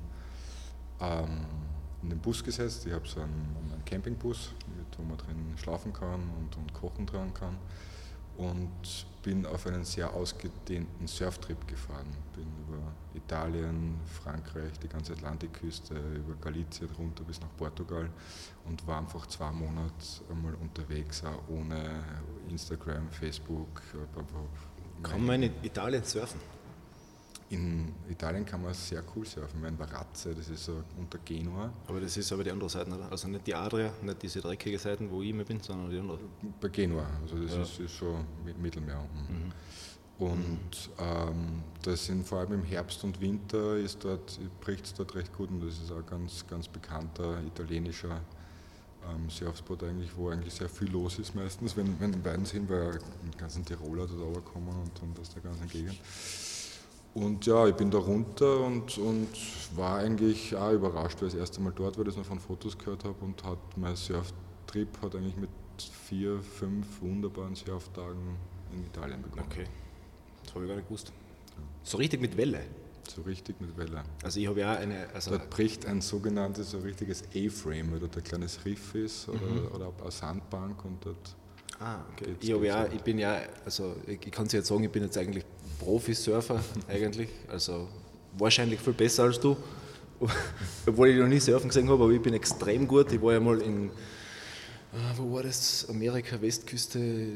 den Bus gesetzt. Ich habe so einen Campingbus, wo man drin schlafen kann und kochen dran kann, und bin auf einen sehr ausgedehnten Surftrip gefahren. Bin über Italien, Frankreich, die ganze Atlantikküste, über Galicien runter bis nach Portugal, und war einfach 2 Monate einmal unterwegs, auch ohne Instagram, Facebook. Kann man in Italien surfen? In Italien kann man sehr cool surfen. In Varazze, das ist so unter Genua. Aber das ist aber die andere Seite, oder? Also nicht die Adria, nicht diese dreckige Seite, wo ich immer bin, sondern die andere. Bei Genua, also das ist schon Mittelmeer unten. Und das sind vor allem im Herbst und Winter bricht es dort recht gut, und das ist auch ein ganz bekannter italienischer Surfspot eigentlich, wo eigentlich sehr viel los ist meistens, wenn die beiden sind, weil die ganzen Tiroler dort runterkommen und aus der ganzen Gegend. Und ja, ich bin da runter und war eigentlich auch überrascht, weil ich das erste Mal dort war, das noch von Fotos gehört habe, und mein Surftrip hat eigentlich mit 4, 5 wunderbaren Surftagen in Italien begonnen. Okay, das habe ich gar nicht gewusst. So richtig mit Welle? So richtig mit Welle. Also ich habe ja eine... Dort bricht ein sogenanntes, so richtiges A-Frame, weil dort ein kleines Riff ist oder eine Sandbank, und dort... Okay. Ich kann es jetzt sagen, ich bin jetzt eigentlich Profisurfer eigentlich, also wahrscheinlich viel besser als du, obwohl ich noch nie surfen gesehen habe, aber ich bin extrem gut. Ich war ja mal in, wo war das, Amerika, Westküste,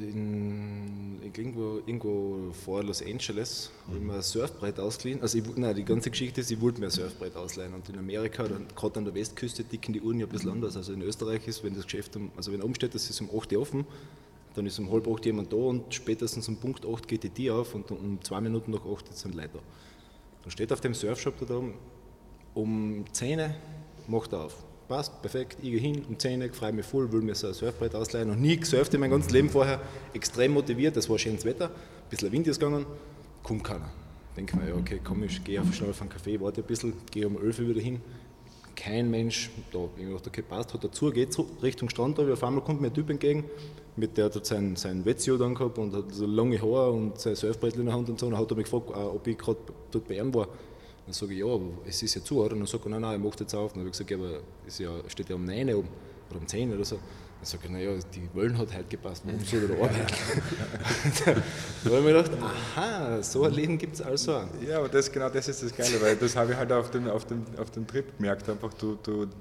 irgendwo vor Los Angeles, habe ich mir ein Surfbrett ausgeliehen. Also die ganze Geschichte ist, ich wollte mir ein Surfbrett ausleihen, und in Amerika, gerade an der Westküste, ticken die Uhren ja ein bisschen anders. Also in Österreich ist, wenn das Geschäft, wenn oben steht, das ist um 8 Uhr offen, dann ist um 7:30 jemand da, und spätestens um Punkt 8 geht die Tür auf, und um 2 Minuten nach 8 sind Leute da. Dann steht auf dem Surfshop da um 10 Uhr, macht er auf. Passt, perfekt, ich gehe hin, um 10 Uhr, freue mich voll, will mir so ein Surfbrett ausleihen. Noch nie gesurft in meinem ganzen Leben vorher, extrem motiviert, das war schönes Wetter, ein bisschen Wind ist gegangen, kommt keiner. Denke mir, ja okay, komm, ich gehe schnell auf einen Kaffee, warte ein bisschen, gehe um 11 Uhr wieder hin. Kein Mensch da. Ich dachte, okay, passt, hat dazu, geht Richtung Strand, aber auf einmal kommt mir ein Typ entgegen, der hat sein Wetsuit angehabt und hat so lange Haare und sein Surfbrett in der Hand und so, und dann hat er mich gefragt, ob ich gerade dort bei ihm war. Dann sage ich, ja, aber es ist ja zu, oder? Und dann sagt er, nein, ich mache jetzt auf. Dann habe ich gesagt, ja, aber es steht ja um 9 oben oder um 10 oder so. Dann sage ich, naja, die Wellen hat heute gepasst, warum soll er da arbeiten? Da habe ich mir gedacht, aha, so ein Leben gibt es also auch. Ja, aber das ist das Geile, weil das habe ich halt auf dem Trip gemerkt, einfach du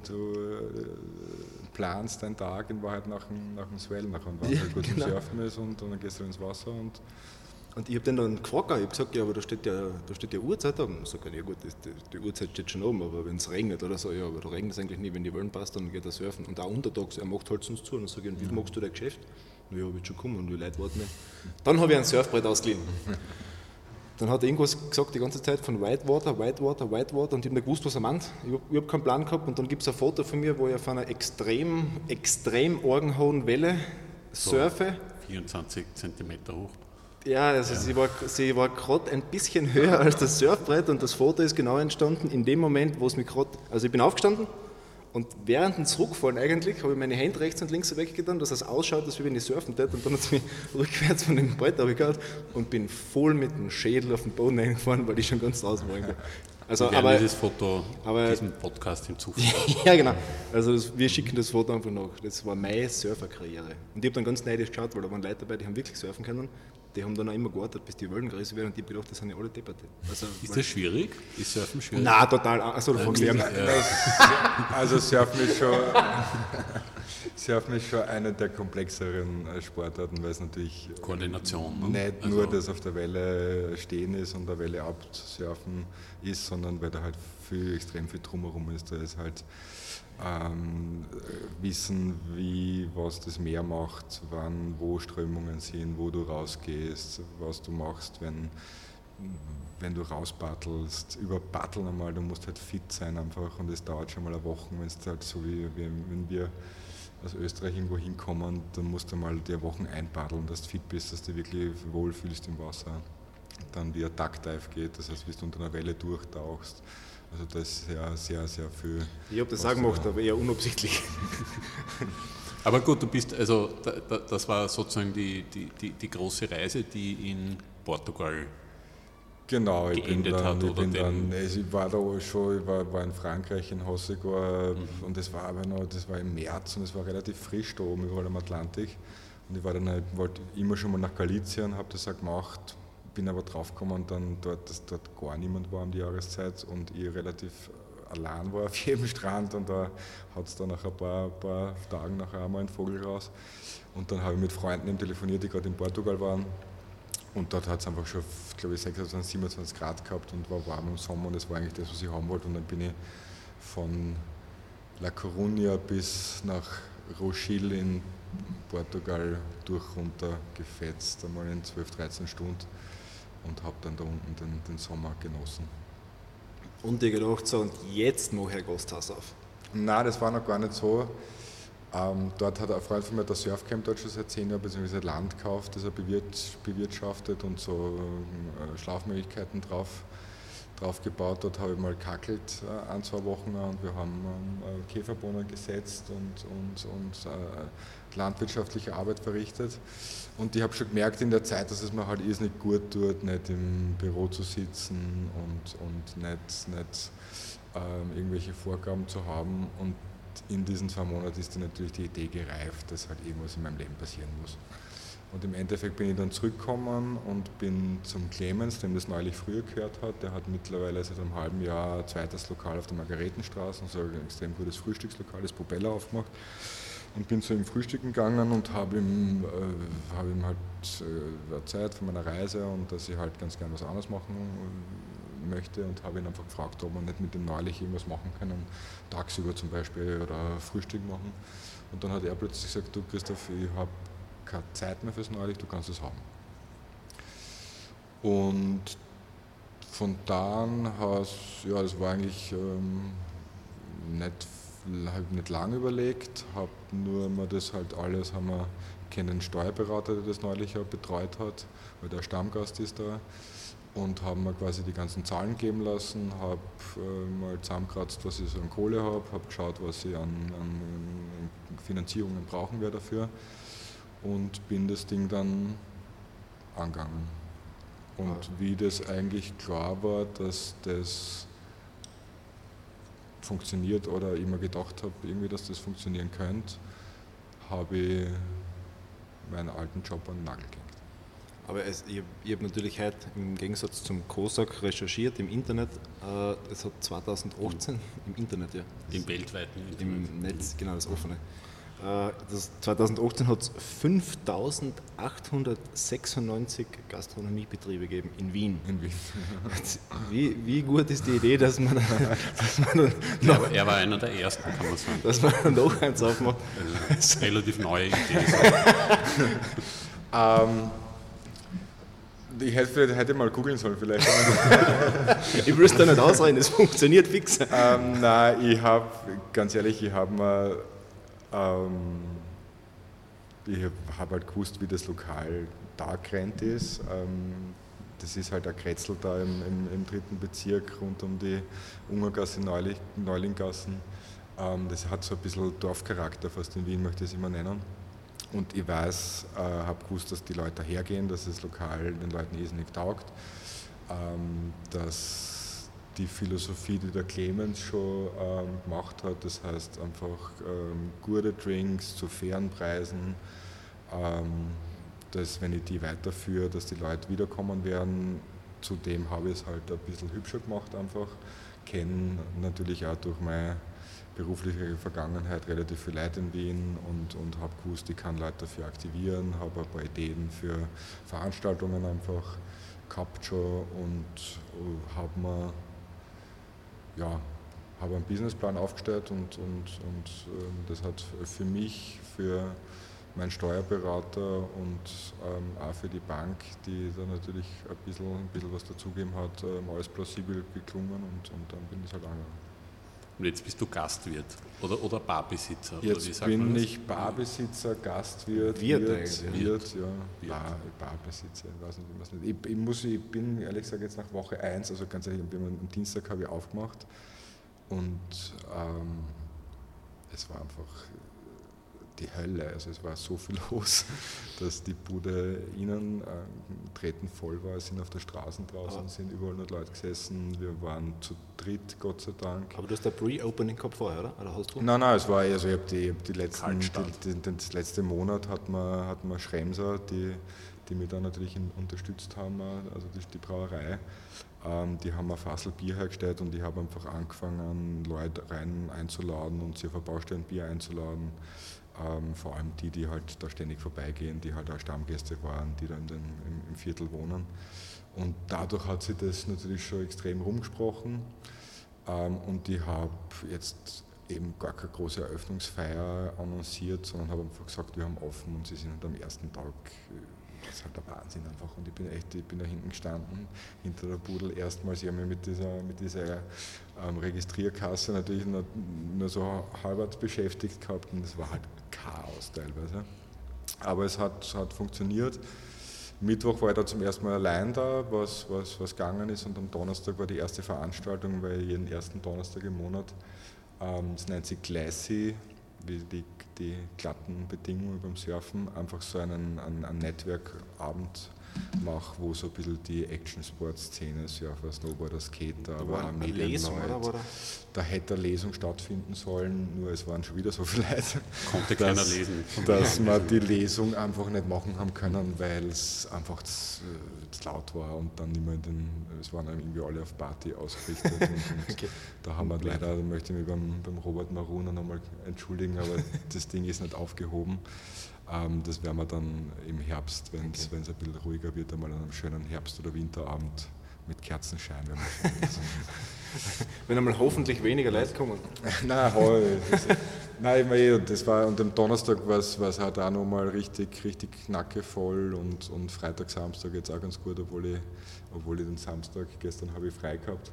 planst deinen Tag in Wahrheit nach dem Swell, nach dem Wasser, gut zum Surfen ist, und dann gehst du ins Wasser und ich habe den dann gefragt, ich habe gesagt, ja, aber da steht ja Uhrzeit oben. Ich sage, ja gut, die Uhrzeit steht schon oben, aber wenn es regnet oder so, ja, aber da regnet es eigentlich nie, wenn die Wellen passt, dann geht er surfen. Und auch untertags, er macht halt sonst zu. Und dann sage ich, wie machst du dein Geschäft? Ja, ich habe jetzt schon gekommen und die Leute warten nicht. Dann habe ich ein Surfbrett ausgeliehen. Dann hat er irgendwas gesagt die ganze Zeit von Whitewater, und ich habe nicht gewusst, was er meint. Ich habe keinen Plan gehabt, und dann gibt es ein Foto von mir, wo ich auf einer extrem orgenhohen Welle surfe. 24 cm hoch. Ja, also ja. Sie war gerade ein bisschen höher als das Surfbrett, und das Foto ist genau entstanden in dem Moment, wo es mich gerade, also ich bin aufgestanden Und während dem Zurückfallen eigentlich habe ich meine Hände rechts und links weggetan, dass es ausschaut, als wenn ich surfen tät. Und dann hat es mich rückwärts von dem Brett abgehauen und bin voll mit dem Schädel auf den Boden reingefahren, weil ich schon ganz draußen war. Also, wir werden dieses Foto diesem Podcast hinzufügen. Ja, genau. Also wir schicken das Foto einfach nach. Das war meine Surferkarriere. Und ich habe dann ganz neidisch geschaut, weil da waren Leute dabei, die haben wirklich surfen können. Die haben dann auch immer gewartet, bis die Wellen größer werden und ich habe gedacht, das sind ja alle Depperte. Also, ist das schwierig? Ist Surfen schwierig? Nein, total. Also du fragst Also Surfen ist schon eine der komplexeren Sportarten, weil es natürlich Koordination, nicht nur das auf der Welle stehen ist und der Welle absurfen ist, sondern weil da halt extrem viel drumherum ist. Da ist halt wissen, was das Meer macht, wann, wo Strömungen sind, wo du rausgehst, was du machst, wenn du rausbattelst. Über Batteln einmal, du musst halt fit sein einfach und es dauert schon mal eine Woche, wenn es halt so wie wenn wir aus Österreich irgendwo hinkommen, dann musst du mal die Wochen einpaddeln, dass du fit bist, dass du wirklich wohlfühlst im Wasser. Dann wie ein Duckdive geht, das heißt, wie du unter einer Welle durchtauchst. Also das ist sehr, sehr viel. Ich habe das auch gemacht, aber eher unabsichtlich. Aber gut, du bist, also das war sozusagen die große Reise, die in Portugal geendet hat. Ich war da schon, ich war in Frankreich, in Hossegor, und das war im März und es war relativ frisch da oben überall am Atlantik. Und ich wollte immer schon mal nach Galicien, habe das auch gemacht. Bin aber draufgekommen, dass dort gar niemand war um die Jahreszeit und ich relativ allein war auf jedem Strand und da hat es dann nach ein paar Tagen nachher einmal einen Vogel raus. Und dann habe ich mit Freunden eben telefoniert, die gerade in Portugal waren und dort hat es einfach schon, glaube ich, 26, 27 Grad gehabt und war warm im Sommer und das war eigentlich das, was ich haben wollte. Und dann bin ich von La Coruña bis nach Rochil in Portugal runter gefetzt, einmal in 12, 13 Stunden. Und habe dann da unten den Sommer genossen. Und ich gedacht, so, und jetzt mache ich ein Gasthaus auf. Nein, das war noch gar nicht so. Dort hat ein Freund von mir das Surfcamp dort schon seit 10 Jahren, beziehungsweise Land gekauft, das er bewirtschaftet und so Schlafmöglichkeiten drauf gebaut. Dort habe ich mal kackelt 1-2 Wochen und wir haben Käferbohnen gesetzt und landwirtschaftliche Arbeit verrichtet. Und ich habe schon gemerkt in der Zeit, dass es mir halt irrsinnig gut tut, nicht im Büro zu sitzen und nicht irgendwelche Vorgaben zu haben. Und in diesen 2 Monaten ist dann natürlich die Idee gereift, dass halt irgendwas in meinem Leben passieren muss. Und im Endeffekt bin ich dann zurückgekommen und bin zum Clemens, dem das neulich früher gehört hat. Der hat mittlerweile seit einem halben Jahr ein zweites Lokal auf der Margaretenstraße, so ein extrem gutes Frühstückslokal, das Popella aufgemacht. Und bin zu ihm frühstücken gegangen und habe ihm halt erzählt von meiner Reise und dass ich halt ganz gerne was anderes machen möchte und habe ihn einfach gefragt, ob wir nicht mit dem neulich irgendwas machen können, tagsüber zum Beispiel oder Frühstück machen. Und dann hat er plötzlich gesagt, du Christoph, ich habe keine Zeit mehr fürs neulich, du kannst es haben. Und von da an, das war eigentlich nicht lange überlegt, habe nur mal das halt alles, ich kenne einen Steuerberater, der das neulich auch betreut hat, weil der Stammgast ist da, und haben mir quasi die ganzen Zahlen geben lassen, habe mal zusammengekratzt, was ich so an Kohle habe geschaut, was ich an Finanzierungen brauchen werde dafür und bin das Ding dann angegangen. Und wie das eigentlich klar war, dass das funktioniert oder ich mir gedacht habe, irgendwie, dass das funktionieren könnte, habe ich meinen alten Job an den Nagel gehängt. Aber ich habe natürlich heute im Gegensatz zum COSAC recherchiert im Internet. Das hat 2018 im Internet, ja. Im weltweiten Internet. Im Netz, genau, das offene. 2018 hat es 5.896 Gastronomiebetriebe gegeben in Wien. Wie gut ist die Idee, dass man dann noch, aber er war einer der ersten, kann man sagen. Dass man dann noch eins aufmacht. Also, relativ neue Idee. Ich hätte mal googeln sollen vielleicht. Ich will es da nicht ausreden, es funktioniert fix. Nein, ganz ehrlich, ich habe halt gewusst, wie das Lokal da gerannt ist. Das ist halt ein Kretzel da im 3. Bezirk rund um die Ungergasse, Neulinggassen. Das hat so ein bisschen Dorfcharakter, fast in Wien möchte ich es immer nennen. Und ich weiß, habe gewusst, dass die Leute hergehen, dass das Lokal den Leuten irrsinnig taugt, dass die Philosophie, die der Clemens schon gemacht hat, das heißt einfach gute Drinks zu fairen Preisen, dass wenn ich die weiterführe, dass die Leute wiederkommen werden. Zudem habe ich es halt ein bisschen hübscher gemacht einfach, kenne natürlich auch durch meine berufliche Vergangenheit relativ viel Leute in Wien und habe gewusst, ich kann Leute dafür aktivieren, habe ein paar Ideen für Veranstaltungen einfach gehabt schon und habe einen Businessplan aufgestellt und das hat für mich, für meinen Steuerberater und auch für die Bank, die da natürlich ein bisschen was dazugegeben hat, alles plausibel geklungen und dann bin ich halt angegangen. Und jetzt bist du Gastwirt oder Barbesitzer? Jetzt oder wie sagt bin man das? ich Barbesitzer, Gastwirt, Wirt, ja. Barbesitzer, ich weiß nicht, wie man es nennt. Ich bin ehrlich gesagt jetzt nach Woche 1, also ganz ehrlich, am Dienstag habe ich aufgemacht und es war einfach die Hölle, also es war so viel los, dass die Bude innen treten voll war, es sind auf der Straße draußen, sind überall noch Leute gesessen, wir waren zu dritt, Gott sei Dank. Aber du hast ein Pre-Opening gehabt vorher, oder hast du? Nein, es war, also ich habe das letzte Monat hat man Schremser, die mich dann natürlich unterstützt haben, also die Brauerei, die haben ein Fassel Bier hergestellt und ich habe einfach angefangen, Leute rein einzuladen und sie auf eine Baustelle Bier einzuladen. Vor allem die halt da ständig vorbeigehen, die halt auch Stammgäste waren, die dann im Viertel wohnen. Und dadurch hat sich das natürlich schon extrem rumgesprochen. Und ich habe jetzt eben gar keine große Eröffnungsfeier annonciert, sondern habe einfach gesagt, wir haben offen und sie sind halt am ersten Tag. Das ist halt der Wahnsinn einfach. Und ich bin da hinten gestanden, hinter der Pudel erstmals. Ich habe mich mit dieser Registrierkasse natürlich nur so halbwegs beschäftigt gehabt und das war halt Chaos teilweise. Aber es hat funktioniert. Mittwoch war ich da zum ersten Mal allein da, was gegangen ist, und am Donnerstag war die erste Veranstaltung, weil jeden ersten Donnerstag im Monat, das nennt sich Glassy, wie die glatten Bedingungen beim Surfen, einfach so einen Netzwerkabend mache, wo so ein bisschen die Action-Sport-Szene, Surfer, Snowboarder, Skater, aber auch Medienleute, da hätte eine Lesung stattfinden sollen, nur es waren schon wieder so viele Leute, Konnte keiner lesen. dass wir die Lesung einfach nicht machen haben können, weil es einfach zu laut war und dann immer es waren irgendwie alle auf Party ausgerichtet und okay. Da haben wir leider, da möchte ich mich beim Robert Maruna nochmal entschuldigen, aber das Ding ist nicht aufgehoben. Das werden wir dann im Herbst, wenn es ein bisschen ruhiger wird, einmal an einem schönen Herbst- oder Winterabend mit Kerzenschein. Wenn einmal hoffentlich weniger Leute kommen. Das war, und am Donnerstag war es halt auch nochmal richtig knackevoll und Freitag, Samstag jetzt auch ganz gut, obwohl ich den Samstag, gestern habe ich frei gehabt.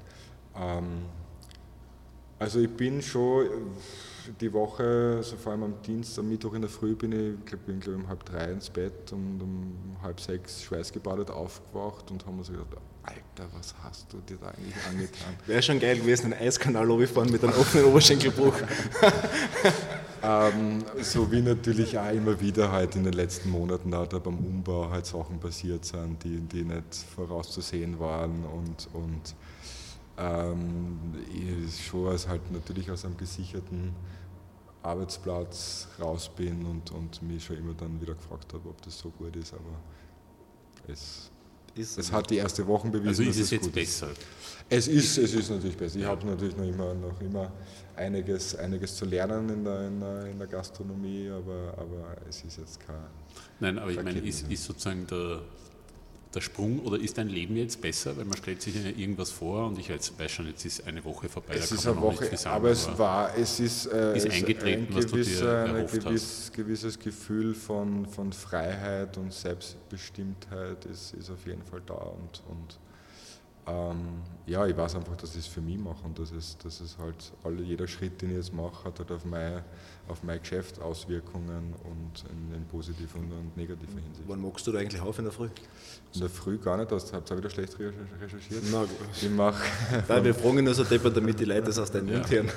Also ich bin schon die Woche, also vor allem am Mittwoch in der Früh bin ich um 2:30 ins Bett und um 5:30 schweißgebadet aufgewacht und haben mir so gedacht, Alter, was hast du dir da eigentlich angetan? Wäre schon geil gewesen, ein Eiskanal fahren mit einem offenen Oberschenkelbruch. So wie natürlich auch immer wieder halt in den letzten Monaten auch da beim Umbau halt Sachen passiert sind, die nicht vorauszusehen waren und ich schon halt natürlich aus einem gesicherten Arbeitsplatz raus bin und mich schon immer dann wieder gefragt habe, ob das so gut ist, aber es hat die erste Woche bewiesen, also dass es jetzt gut besser. Es ist natürlich besser. Ich habe natürlich noch immer einiges zu lernen in der Gastronomie, aber es ist jetzt kein... Nein, aber ich meine, ist sozusagen der Sprung, oder ist dein Leben jetzt besser? Weil man stellt sich ja irgendwas vor und ich weiß schon, jetzt ist eine Woche vorbei. Es ist eine Woche, aber es ist eingetreten, was du dir erhofft hast. Ein gewisses Gefühl von Freiheit und Selbstbestimmtheit ist auf jeden Fall da und Ja, ich weiß einfach, dass ich es für mich mache und dass es halt jeder Schritt, den ich jetzt mache, hat halt auf mein Geschäft Auswirkungen und in positiver und negativer Hinsicht. Wann magst du da eigentlich auf in der Früh? In der Früh gar nicht, das habt ihr wieder schlecht recherchiert. Nein, Ich mache. Nein, wir fragen nur so deppert, damit die Leute das aus deinem Mund hören.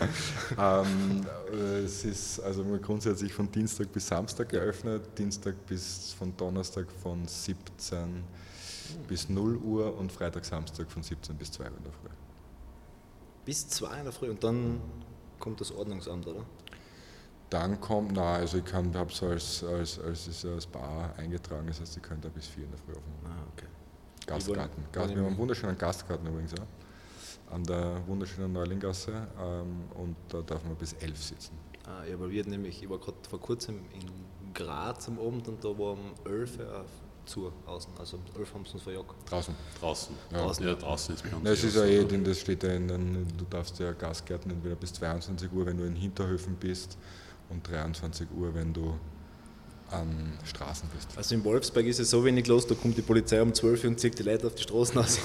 Es ist also grundsätzlich von Dienstag bis Samstag geöffnet, Dienstag bis von Donnerstag von 17 bis 0 Uhr und Freitag, Samstag von 17 bis 2 Uhr in der Früh. Bis 2 in der Früh und dann kommt das Ordnungsamt, oder? Dann kommt, also ich habe es als Bar eingetragen, das heißt, ich könnte bis 4 in der Früh aufmachen. Okay. Gastgarten. Wir haben einen wunderschönen Gastgarten übrigens auch, an der wunderschönen Neulinggasse und da darf man bis 11 sitzen. Ja, weil ich war gerade vor kurzem in Graz am Abend und da war um 11 Uhr zu außen, also um 11 haben sie uns verjagt. Draußen. Ja, draußen ist bei uns. Es ist ja das steht ja du darfst ja Gastgärten entweder bis 22 Uhr, wenn du in Hinterhöfen bist und 23 Uhr, wenn du an Straßen bist. Also in Wolfsberg ist es so wenig los, da kommt die Polizei um 12 Uhr und zieht die Leute auf die Straßen aus.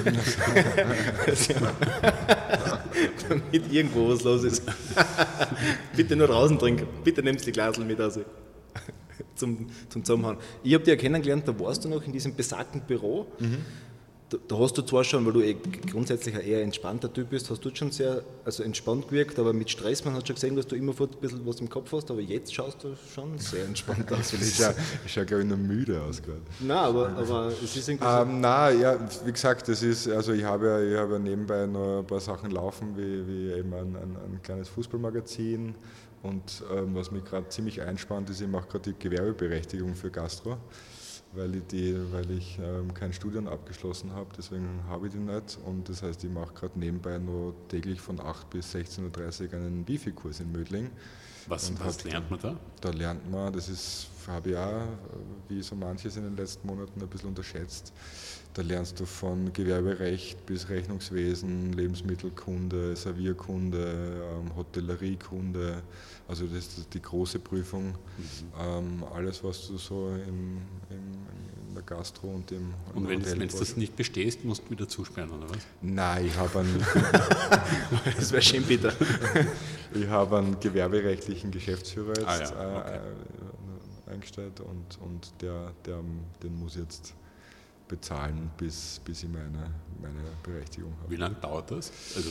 Damit irgendwo was los ist. Bitte nur draußen trinken, bitte nimmst die Glasel mit aus. Zum Zusammenhauen. Ich habe dich ja kennengelernt, da warst du noch in diesem besagten Büro. Da hast du zwar schon, weil du grundsätzlich ein eher entspannter Typ bist, hast du schon sehr entspannt gewirkt, aber mit Stress, man hat schon gesehen, dass du immer ein bisschen was im Kopf hast, aber jetzt schaust du schon sehr entspannt aus. Ich schaue, glaube ich, noch müde aus gerade. Nein, aber es ist irgendwie so. Nein, ja, wie gesagt, ich habe ja nebenbei noch ein paar Sachen laufen, wie eben ein kleines Fußballmagazin und was mich gerade ziemlich einspannt ist, ich mache gerade die Gewerbeberechtigung für Gastro. Weil ich kein Studium abgeschlossen habe, deswegen habe ich die nicht. Und das heißt, ich mache gerade nebenbei noch täglich von 8 bis 16.30 Uhr einen Bifi-Kurs in Mödling. Was lernt man da? Da lernt man, habe ich auch, wie so manches in den letzten Monaten ein bisschen unterschätzt. Da lernst du von Gewerberecht bis Rechnungswesen, Lebensmittelkunde, Servierkunde, Hotelleriekunde, also das ist die große Prüfung. Alles, was du so in der Gastro und im Und wenn du das nicht bestehst, musst du wieder zusperren, oder was? Nein, ich habe einen, Das wäre schön bitter. ich habe einen gewerberechtlichen Geschäftsführer jetzt Okay. eingestellt und den muss jetzt bezahlen, bis ich meine Berechtigung habe. Wie lange dauert das?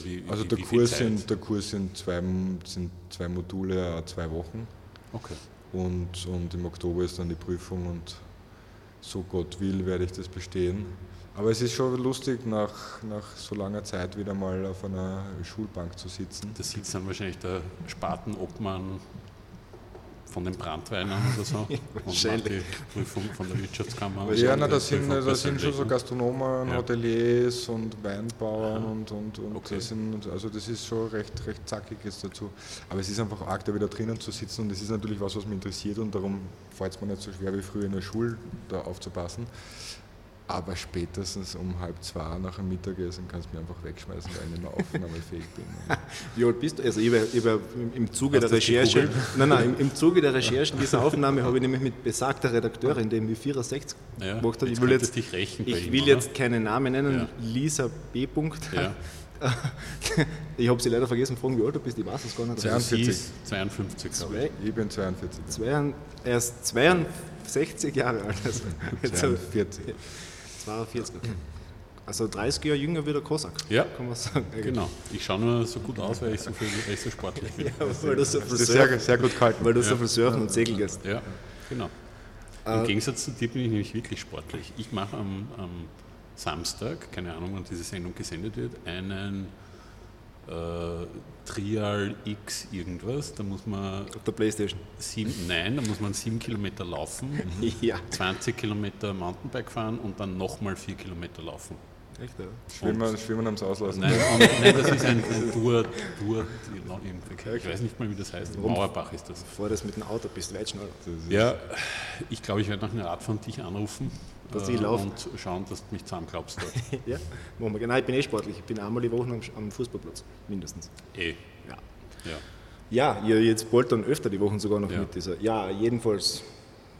Der Kurs sind zwei Module, 2 Wochen. Okay. Und im Oktober ist dann die Prüfung und so Gott will, werde ich das bestehen. Aber es ist schon lustig, nach so langer Zeit wieder mal auf einer Schulbank zu sitzen. Da sitzt dann wahrscheinlich der Spatenobmann von den Brandweinern oder so und macht die Prüfung von der Wirtschaftskammer. Ja, da sind schon so Gastronomen, Hoteliers und Weinbauern und Okay. das ist schon recht zackig jetzt dazu. Aber es ist einfach arg, da wieder drinnen zu sitzen und es ist natürlich was mich interessiert und darum fällt es mir nicht so schwer wie früher in der Schule da aufzupassen. Aber spätestens um 1:30 nach dem Mittagessen kannst du mich einfach wegschmeißen, weil ich nicht mehr aufnahmefähig bin. Wie alt bist du? Also ich war im Zuge der Recherche, im Zuge der Recherchen dieser Aufnahme habe ich nämlich mit besagter Redakteurin, die mich 64 gemacht hat. Ich will jetzt keinen Namen nennen, Lisa B. Ja. Ich habe sie leider vergessen, fragen, wie alt du bist, ich weiß es gar nicht. 52. Ich bin 42. Er ist 62 Jahre alt. Also 42. 42. Also 30 Jahre jünger wie der Kosak, Ja, kann man sagen. genau. Ich schaue nur so gut aus, weil ich so sportlich bin. Ja, weil du so viel Das ist surfen, sehr gut gehalten. weil du so viel surfen und segeln gehst. Ja, genau. Im Gegensatz zu dir bin ich nämlich wirklich sportlich. Ich mache am Samstag, keine Ahnung, wann diese Sendung gesendet wird, einen Trial X irgendwas. Da muss man Auf der Playstation. 7 Kilometer laufen, Ja. 20 Kilometer Mountainbike fahren und dann nochmal 4 Kilometer laufen. Echt, ja? Schwimmen haben sie auslassen. Nein, das ist ein Tour, ich weiß nicht mal, wie das heißt. Mauerbach ist das. Bevor du das mit dem Auto bist, weit schneller. Ja, ich glaube, ich werde nach einer Art von dich anrufen Dass ich laufe. und schauen, dass du mich zusammenklappst dort. Ja, machen wir. Genau, ich bin sportlich. Ich bin einmal die Woche am Fußballplatz, mindestens. Ja. Ja, jetzt bald dann öfter die Wochen sogar noch Ja. mit dieser. Ja, jedenfalls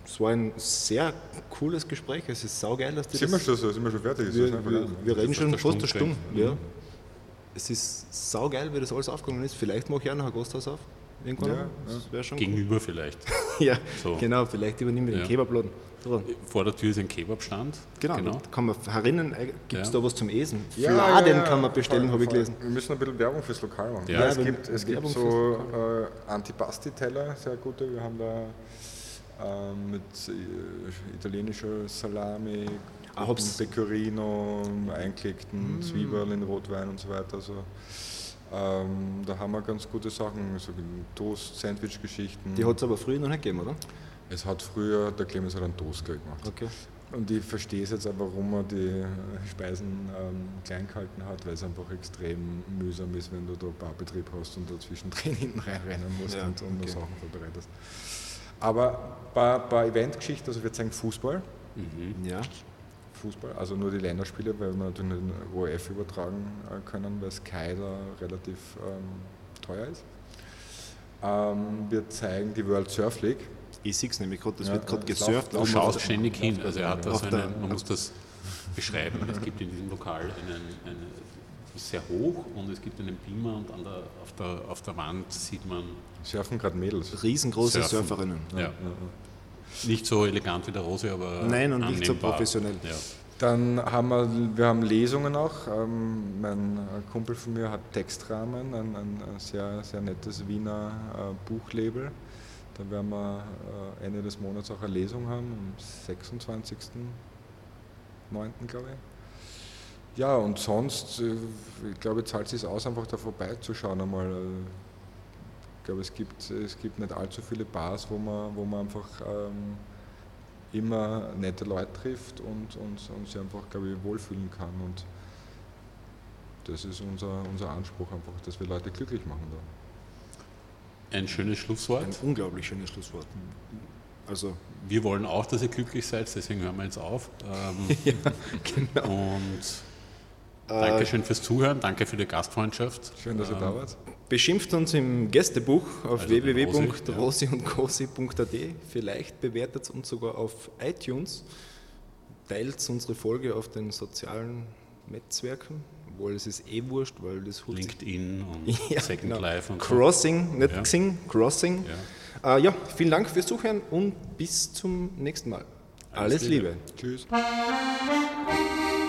Es war ein sehr cooles Gespräch. Es ist saugeil, dass die Sind wir schon fertig? wir reden schon fast eine Stunde. Mhm. Ja. Es ist saugeil, wie das alles aufgegangen ist. Vielleicht mache ich auch noch ein Gasthaus auf. Irgendwann. Ja, Das wäre schon Gegenüber vielleicht. cool. Ja, So. genau. Vielleicht übernehmen wir den Ja. Kebabladen. So. Vor der Tür ist ein Kebabstand. Genau. Da kann man herinnen, gibt es Ja. da was zum Essen? Fladen kann man bestellen, habe ich gelesen. Wir müssen ein bisschen Werbung fürs Lokal machen. Ja. Ja, es Ja, gibt Werbung so Antipasti-Teller, sehr gute. Wir haben da mit italienischer Salami, hab's- Pecorino, eingelegten Zwiebeln in Rotwein und so weiter. Also, da haben wir ganz gute Sachen, so Toast, Sandwich-Geschichten. Die hat es aber früher noch nicht gegeben, oder? Es hat früher, der Clemens hat einen Toast gemacht. Okay. Und ich verstehe es jetzt auch, warum er die Speisen klein gehalten hat, weil es einfach extrem mühsam ist, wenn du da Barbetrieb hast und da zwischendrin hinten reinrennen musst Ja, und nur okay. Sachen vorbereitest. Aber bei Eventgeschichte, also wir zeigen Fußball, Ja. also nur die Länderspiele, weil wir natürlich den ORF übertragen können, weil Sky da relativ teuer ist. Wir zeigen die World Surf League. Ich sehe es nämlich gerade, das Ja, wird gerade es gesurft. Du läuft- schaust ständig hin. Also er hat da Auf so der- einen, man muss das beschreiben. Es gibt in diesem Lokal einen sehr hoch und es gibt einen Beamer und auf der Wand sieht man Surfen gerade Mädels. Riesengroße Surfen. Surferinnen. ja. Nicht so elegant wie der Rose, aber Nein, und nicht so annehmbar. professionell. Ja. Dann haben wir Lesungen auch. Mein Kumpel von mir hat Textrahmen, ein sehr, sehr nettes Wiener Buchlabel. Da werden wir Ende des Monats auch eine Lesung haben, am 26.09. glaube ich. Ja, und sonst, ich glaube, zahlt es sich aus, einfach da vorbeizuschauen einmal. Ich glaube, es gibt nicht allzu viele Bars, wo man einfach immer nette Leute trifft und sich einfach, glaube ich, wohlfühlen kann. Und das ist unser Anspruch einfach, dass wir Leute glücklich machen da. Ein schönes Schlusswort. Ein unglaublich schönes Schlusswort. Also, Wir wollen auch, dass ihr glücklich seid, deswegen hören wir jetzt auf. genau. Und Dankeschön fürs Zuhören, danke für die Gastfreundschaft. Schön, dass ihr da wart. Beschimpft uns im Gästebuch auf Also den www.rosiundcosi.at. Vielleicht bewertet uns sogar auf iTunes. Teilt unsere Folge auf den sozialen Netzwerken. Obwohl es ist eh wurscht, weil das LinkedIn und Ja, Second genau. Life und so. Crossing, nicht Ja. Xing, Crossing. Ja. Ja, vielen Dank fürs Zuhören und bis zum nächsten Mal. Alles Liebe. Tschüss.